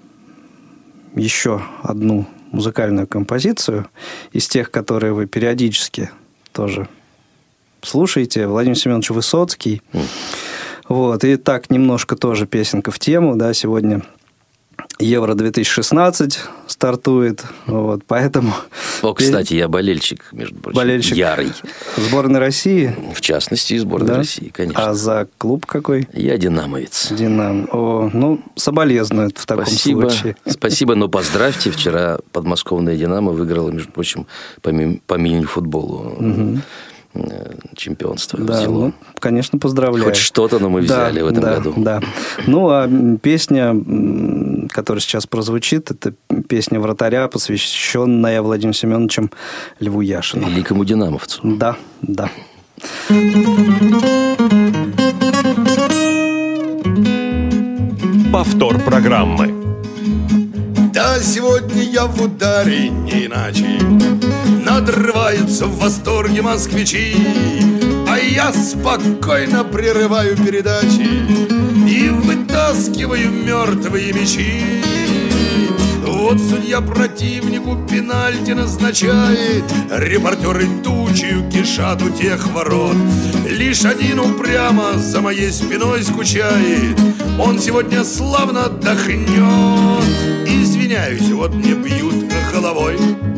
еще одну музыкальную композицию из тех, которые вы периодически тоже слушаете. Владимир Семенович Высоцкий. Mm. Вот, и так немножко тоже песенка в тему, да, сегодня Евро две тысячи шестнадцать стартует, вот, поэтому... О, кстати, я болельщик, между прочим, болельщик ярый. Сборной России? В частности, сборной да? России, конечно. А за клуб какой? Я динамовец. Динамо. О, ну, соболезную в таком Спасибо. случае. Спасибо, но поздравьте, вчера подмосковная «Динамо» выиграла, между прочим, по, ми- по мини-футболу. Угу. чемпионство да, взяло. Ну, конечно, поздравляю. Хоть что-то, но мы взяли да, в этом да, году. Да. Ну, а песня, которая сейчас прозвучит, это песня «Вратаря», посвященная Владимиром Семеновичем Льву Яшину. Великому динамовцу. Да, да. Повтор программы. Да, сегодня я в ударе, не иначе. Надрываются в восторге москвичи, а я спокойно прерываю передачи и вытаскиваю мертвые мячи. Вот судья противнику пенальти назначает, репортеры тучью кишат у тех ворот. Лишь один упрямо за моей спиной скучает, он сегодня славно отдохнет. Извиняюсь, вот мне бьют головой,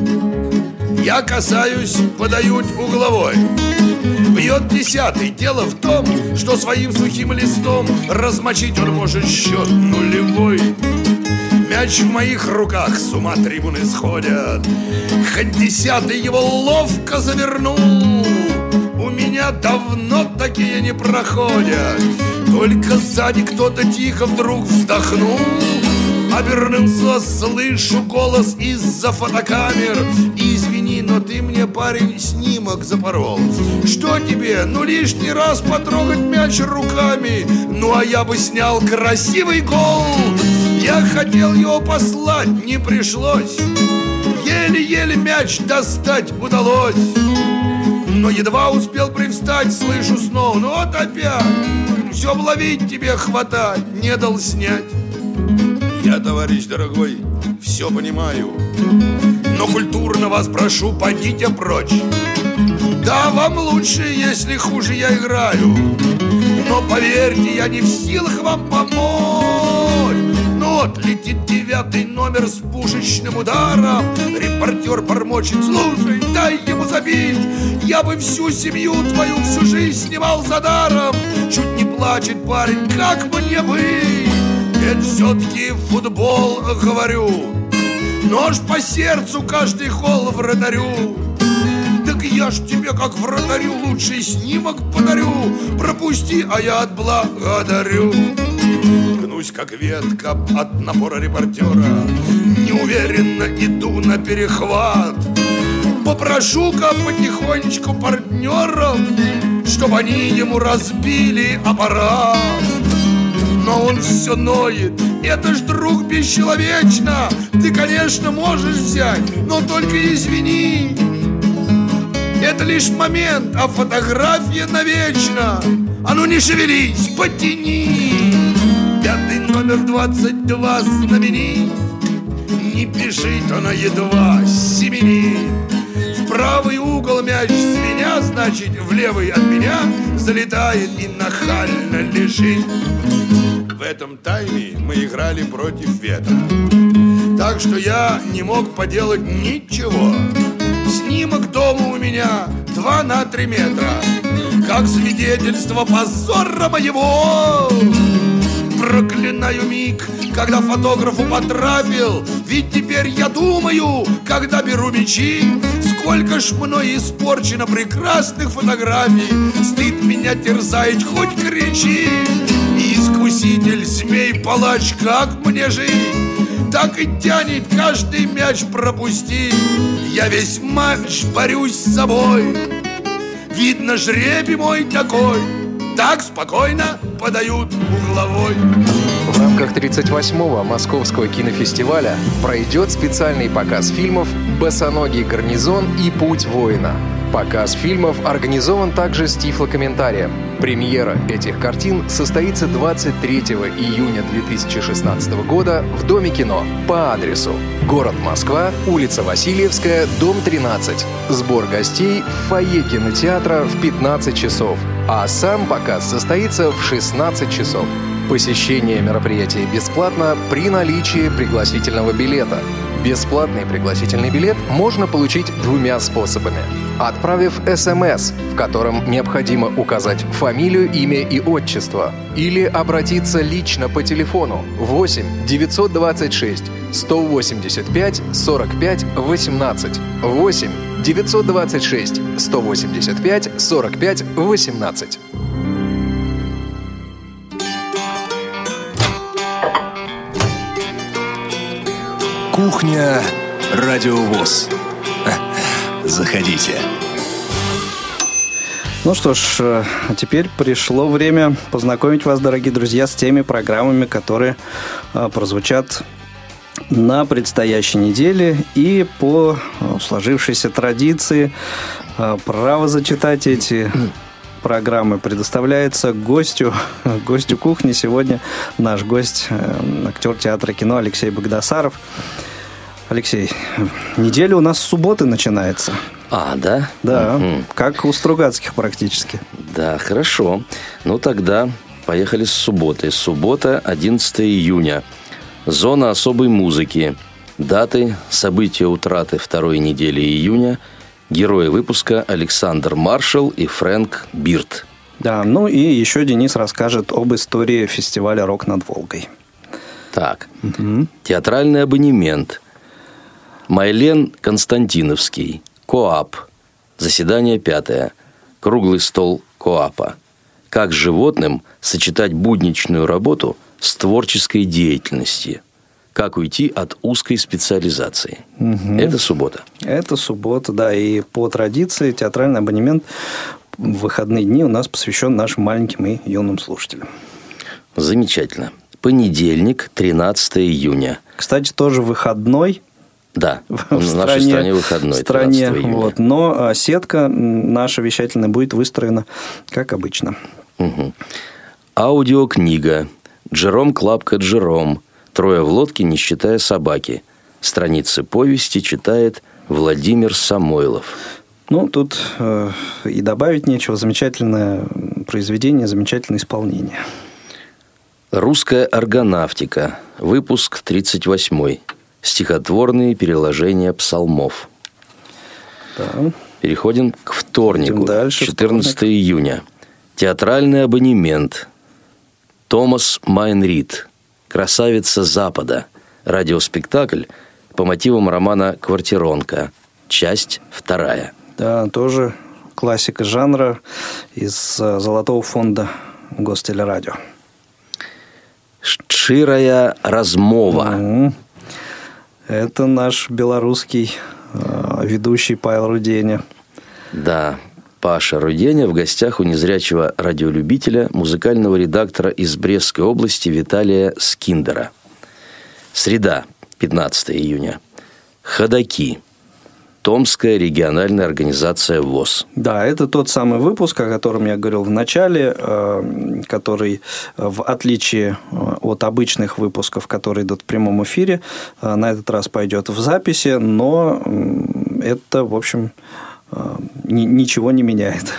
я касаюсь, подают угловой. Бьет десятый, дело в том, что своим сухим листом размочить он может счет нулевой. Мяч в моих руках, с ума трибуны сходят, хоть десятый его ловко завернул. У меня давно такие не проходят, только сзади кто-то тихо вдруг вздохнул. Обернулся, слышу голос из-за фотокамер: извини, но ты мне, парень, снимок запорол. Что тебе, ну лишний раз потрогать мяч руками? Ну а я бы снял красивый гол. Я хотел его послать, не пришлось, еле-еле мяч достать удалось. Но едва успел привстать, слышу снова: ну вот опять, все ловить тебе хватать, не дал снять. Я, товарищ дорогой, все понимаю, но культурно вас прошу, пойдите прочь. Да, вам лучше, если хуже я играю, но поверьте, я не в силах вам помочь. Ну вот летит девятый номер с пушечным ударом, репортер бормочет: слушай, дай ему забить, я бы всю семью твою всю жизнь снимал за даром. Чуть не плачет парень: как мне быть? Это все-таки футбол, говорю, нож по сердцу каждый гол вратарю. Так я ж тебе, как вратарю, лучший снимок подарю. Пропусти, а я отблагодарю. Гнусь, как ветка от напора репортера, неуверенно иду на перехват. Попрошу-ка потихонечку партнеров, чтобы они ему разбили аппарат. Но он все ноет: это ж, друг, бесчеловечно. Ты, конечно, можешь взять, но только извини, это лишь момент, а фотография навечно. А ну не шевелись, потяни. Пятый номер двадцать два знаменит, не бежит она, едва семенит. В правый угол мяч звеня, значит, в левый от меня залетает и нахально лежит. В этом тайме мы играли против ветра, так что я не мог поделать ничего. Снимок дома у меня два на три метра, как свидетельство позора моего. Проклинаю миг, когда фотографу потрафил, ведь теперь я думаю, когда беру мячи, сколько ж мной испорчено прекрасных фотографий. Стыд меня терзает, хоть кричи. Искуситель, змей, палач, как мне жить? Так и тянет каждый мяч пропустить. Я весь матч борюсь с собой, видно, жребий мой такой. Так спокойно подают угловой. В рамках тридцать восьмого Московского кинофестиваля пройдет специальный показ фильмов «Босоногий гарнизон» и «Путь воина». Показ фильмов организован также с тифлокомментарием. Премьера этих картин состоится двадцать третьего июня две тысячи шестнадцатого года в Доме кино по адресу: город Москва, улица Васильевская, дом тринадцать. Сбор гостей в фойе кинотеатра в пятнадцать часов, а сам показ состоится в шестнадцать часов. Посещение мероприятия бесплатно при наличии пригласительного билета. Бесплатный пригласительный билет можно получить двумя способами. Отправив СМС, в котором необходимо указать фамилию, имя и отчество, или обратиться лично по телефону восемь девятьсот двадцать шесть сто восемьдесят пять сорок пять восемнадцать, восемь девятьсот двадцать шесть сто восемьдесят пять сорок пять восемнадцать. Кухня Радио ВОС. Заходите. Ну что ж, а теперь пришло время познакомить вас, дорогие друзья, с теми программами, которые а, прозвучат на предстоящей неделе. И по а, сложившейся традиции а, право зачитать эти программы предоставляется гостю, гостю кухни. Сегодня наш гость, актер театра кино Алексей Багдасаров. Алексей, неделя у нас с субботы начинается. А, да? Да, угу. Как у Стругацких практически. Да, хорошо. Ну, тогда поехали с субботы. Суббота, одиннадцатого июня. Зона особой музыки. Даты, события утраты второй недели июня. Герои выпуска Александр Маршал и Фрэнк Бирд. Да, ну и еще Денис расскажет об истории фестиваля «Рок над Волгой». Так, угу. Театральный абонемент. Майлен Константиновский. КоАП. Заседание пятое. Круглый стол КоАПа. Как животным сочетать будничную работу с творческой деятельностью? Как уйти от узкой специализации? Угу. Это суббота. Это суббота, да. И по традиции театральный абонемент в выходные дни у нас посвящен нашим маленьким и юным слушателям. Замечательно. Понедельник, тринадцатого июня. Кстати, тоже выходной. Да, в, в стране, нашей стране выходной, в стране, тринадцатого июня. Вот, но сетка наша вещательная будет выстроена как обычно. Угу. Аудиокнига. Джером Клапка Джером. Трое в лодке, не считая собаки. Страницы повести читает Владимир Самойлов. Ну, тут э, и добавить нечего. Замечательное произведение, замечательное исполнение. Русская органавтика. Выпуск тридцать восьмой. Стихотворные переложения псалмов. Да. Переходим к вторнику, дальше, четырнадцатого июня. Театральный абонемент. Томас Майнрид. «Красавица Запада». Радиоспектакль по мотивам романа «Квартиронка». Часть вторая. Да, тоже классика жанра из Золотого фонда Гостелерадио. «Шчирая размова». Угу. Это наш белорусский э, ведущий Павел Руденя. Да, Паша Руденя в гостях у незрячего радиолюбителя, музыкального редактора из Брестской области Виталия Скиндера. Среда, пятнадцатого июня. Ходаки. Томская региональная организация ВОС. Да, это тот самый выпуск, о котором я говорил в начале, который, в отличие от обычных выпусков, которые идут в прямом эфире, на этот раз пойдет в записи, но это, в общем, ничего не меняет.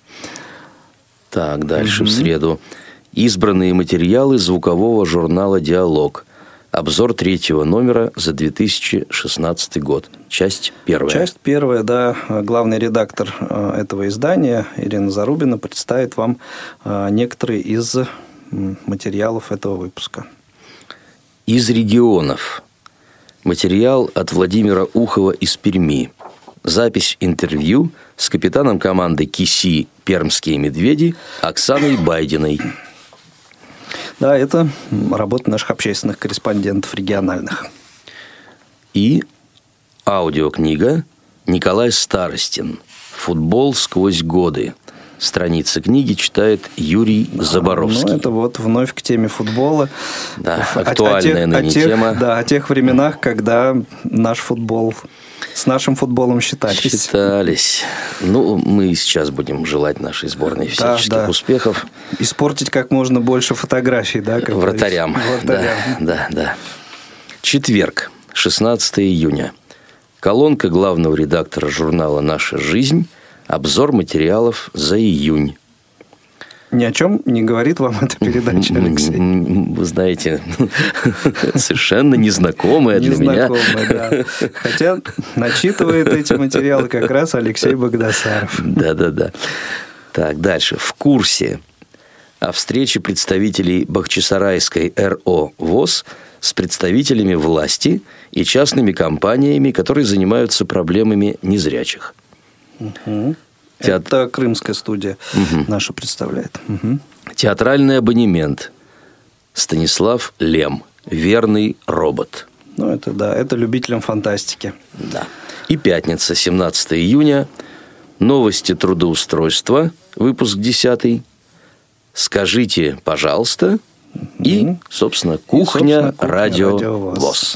Так, дальше Mm-hmm. в среду. Избранные материалы звукового журнала «Диалог». Обзор третьего номера за две тысячи шестнадцатый год. Часть первая. Часть первая, да. Главный редактор этого издания Ирина Зарубина представит вам некоторые из материалов этого выпуска. Из регионов. Материал от Владимира Ухова из Перми. Запись интервью с капитаном команды КИСИ «Пермские медведи» Оксаной Байдиной. Да, это работа наших общественных корреспондентов региональных. И аудиокнига Николай Старостин «Футбол сквозь годы». Страницы книги читает Юрий Заборовский. Ну, это вот вновь к теме футбола. Да, актуальная ныне тема. Да, о тех временах, когда наш футбол... С нашим футболом считались. Считались. Ну, мы сейчас будем желать нашей сборной всяческих да, да. успехов. Испортить как можно больше фотографий, да? Как Вратарям. Вратарям. Да, да, да. Четверг, шестнадцатого июня. Колонка главного редактора журнала «Наша жизнь». Обзор материалов за июнь. Ни о чем не говорит вам эта передача, Алексей? Вы знаете, совершенно незнакомая для меня. Незнакомая, да. Хотя начитывает эти материалы как раз Алексей Багдасаров. Да-да-да. Так, дальше. В курсе. о встрече представителей Бахчисарайской эр о ВОС с представителями власти и частными компаниями, которые занимаются проблемами незрячих. Угу. Теат... Это крымская студия угу. наша представляет. Угу. Театральный абонемент. Станислав Лем. Верный робот. Ну, это да, это любителям фантастики. Да. И пятница, семнадцатого июня. Новости трудоустройства. Выпуск десятый. Скажите, пожалуйста. Mm-hmm. И, собственно, кухня, и, собственно, кухня радио, радио ВОС.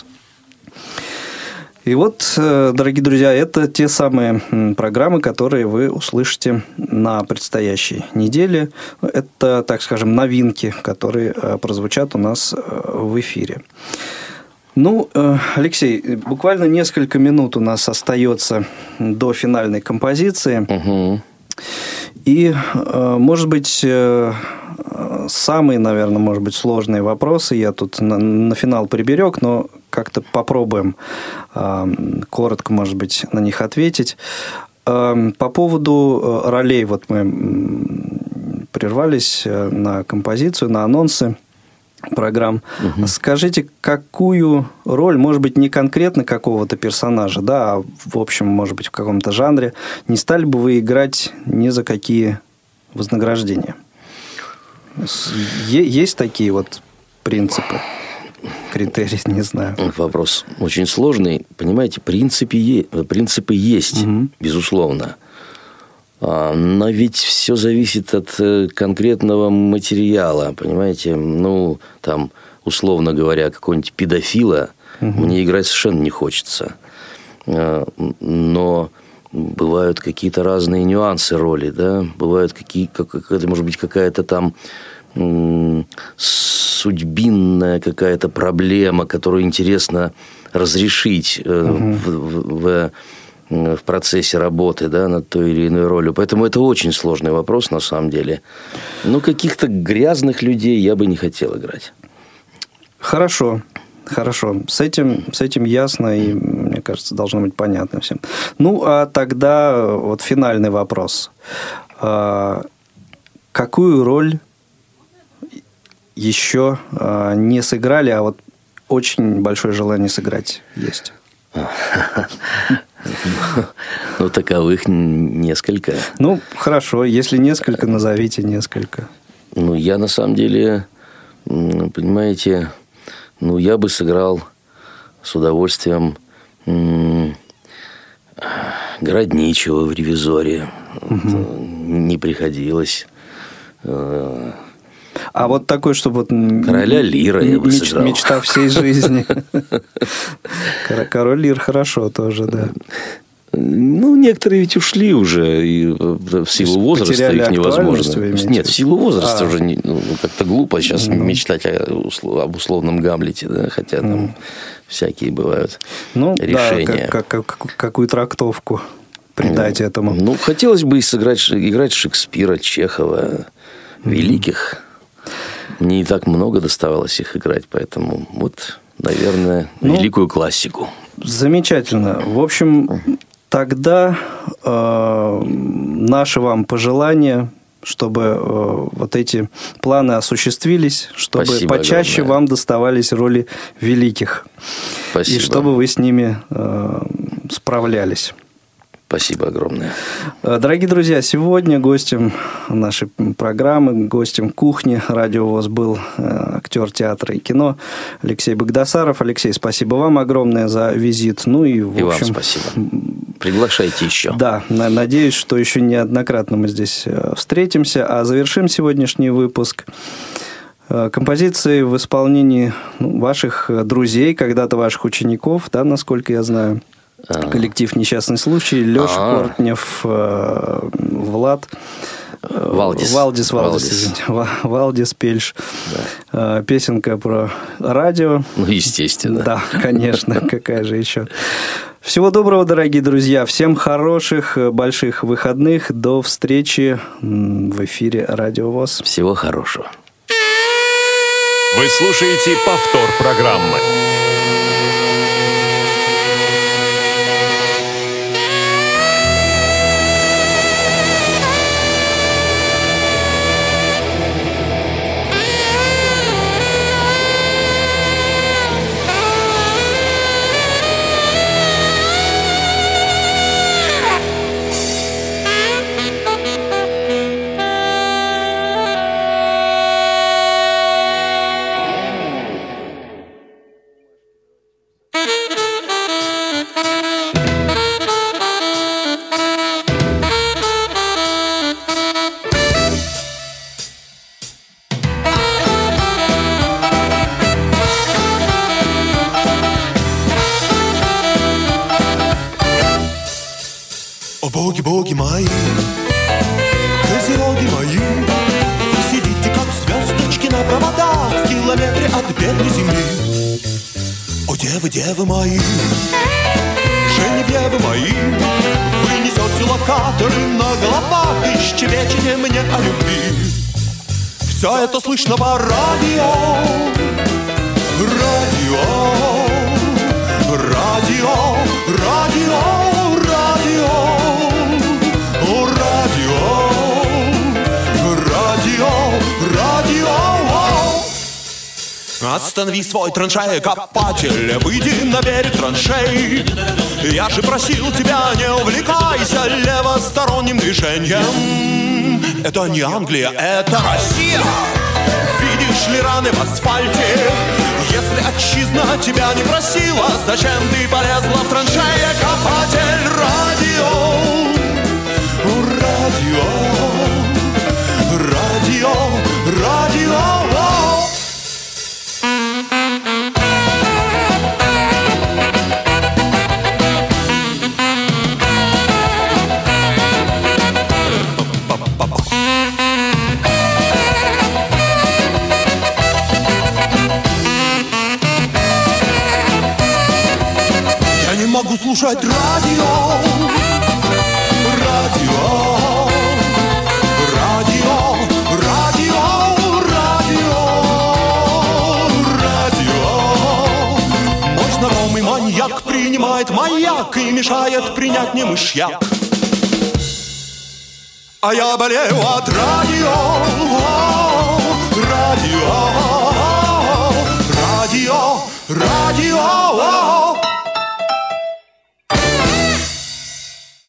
И вот, дорогие друзья, это те самые программы, которые вы услышите на предстоящей неделе. Это, так скажем, новинки, которые прозвучат у нас в эфире. Ну, Алексей, буквально несколько минут у нас остается до финальной композиции. Угу. И, может быть, самые, наверное, может быть, сложные вопросы я тут на, на финал приберег, но как-то попробуем коротко, может быть, на них ответить. По поводу ролей, вот мы прервались на композицию, на анонсы программ. Угу. Скажите, какую роль, может быть, не конкретно какого-то персонажа, да, а в общем, может быть, в каком-то жанре, не стали бы вы играть ни за какие вознаграждения? Есть такие вот принципы, критерии, не знаю. Вопрос очень сложный. Понимаете, принципы, принципы есть, угу. безусловно. Но ведь все зависит от конкретного материала, понимаете? Ну, там, условно говоря, какого-нибудь педофила угу. мне играть совершенно не хочется. Но бывают какие-то разные нюансы роли, да? Бывают какие, как, это может быть какая-то там м- судьбинная какая-то проблема, которую интересно разрешить угу. в, в, в в процессе работы, да, над той или иной ролью. Поэтому это очень сложный вопрос, на самом деле. Но каких-то грязных людей я бы не хотел играть. Хорошо, хорошо. С этим, с этим ясно и, мне кажется, должно быть понятно всем. Ну, а тогда вот финальный вопрос. Какую роль еще не сыграли, а вот очень большое желание сыграть есть? Ну, таковых несколько. Ну, хорошо. Если несколько, назовите несколько. Ну, я на самом деле, понимаете, ну, я бы сыграл с удовольствием Городничего в «Ревизоре». Угу. Не приходилось. А вот такой, чтобы вот... Короля Лира я бы меч, сыграл. Мечта всей жизни. Король Лир хорошо тоже, да. Ну, некоторые ведь ушли уже, и в силу возраста их невозможно. Нет, в силу возраста а. уже не, ну, как-то глупо сейчас ну. мечтать о, об условном Гамлете, да, хотя там ну. всякие бывают ну, решения. Да, как, как, как, какую трактовку придать ну, этому? Ну, хотелось бы сыграть, играть Шекспира, Чехова, великих. Не так много доставалось их играть, поэтому вот, наверное, ну, великую классику. Замечательно. В общем, тогда э, наши вам пожелания, чтобы э, вот эти планы осуществились, чтобы Спасибо почаще огромное. Вам доставались роли великих. Спасибо. И чтобы вы с ними э, справлялись. Спасибо огромное. Дорогие друзья, сегодня гостем нашей программы, гостем кухни радио ВОС был актер театра и кино Алексей Багдасаров. Алексей, спасибо вам огромное за визит. Ну и, в и общем, вам спасибо. Приглашайте еще. Да, надеюсь, что еще неоднократно мы здесь встретимся. А завершим сегодняшний выпуск композицией в исполнении ну, ваших друзей, когда-то ваших учеников, да, насколько я знаю. Коллектив «Несчастный случай», Леша А-а-а. Кортнев, Влад, Валдис, Валдис, Валдис, Валдис. Извините, Валдис Пельш. Да. Песенка про радио. Ну, естественно. Да, конечно, какая же еще. Всего доброго, дорогие друзья. Всем хороших, больших выходных. До встречи в эфире Радио ВОС. Всего хорошего. Вы слушаете повтор программы. козероги мои, вы сидите, как звездочки на проводах в километре от бедной земли. О, девы, девы мои, Женевьевы мои, вы несете локаторы на головах и щебечете мне о любви. Все это слышно по радио, радио, радио, радио, радио, радио, радио, радио. Останови свой траншеекопатель, выйди на берег траншей. Я же просил тебя, не увлекайся левосторонним движением. Это не Англия, это Россия. Видишь ли раны в асфальте? Если отчизна тебя не просила, зачем ты полезла в траншеекопатель? Радио, радио, радио, радио. Могу слушать радио, радио, радио, радио, радио, радио. Мой знакомый маньяк принимает маяк и мешает принять мне мышьяк. А я болею от радио, радио, радио, радио.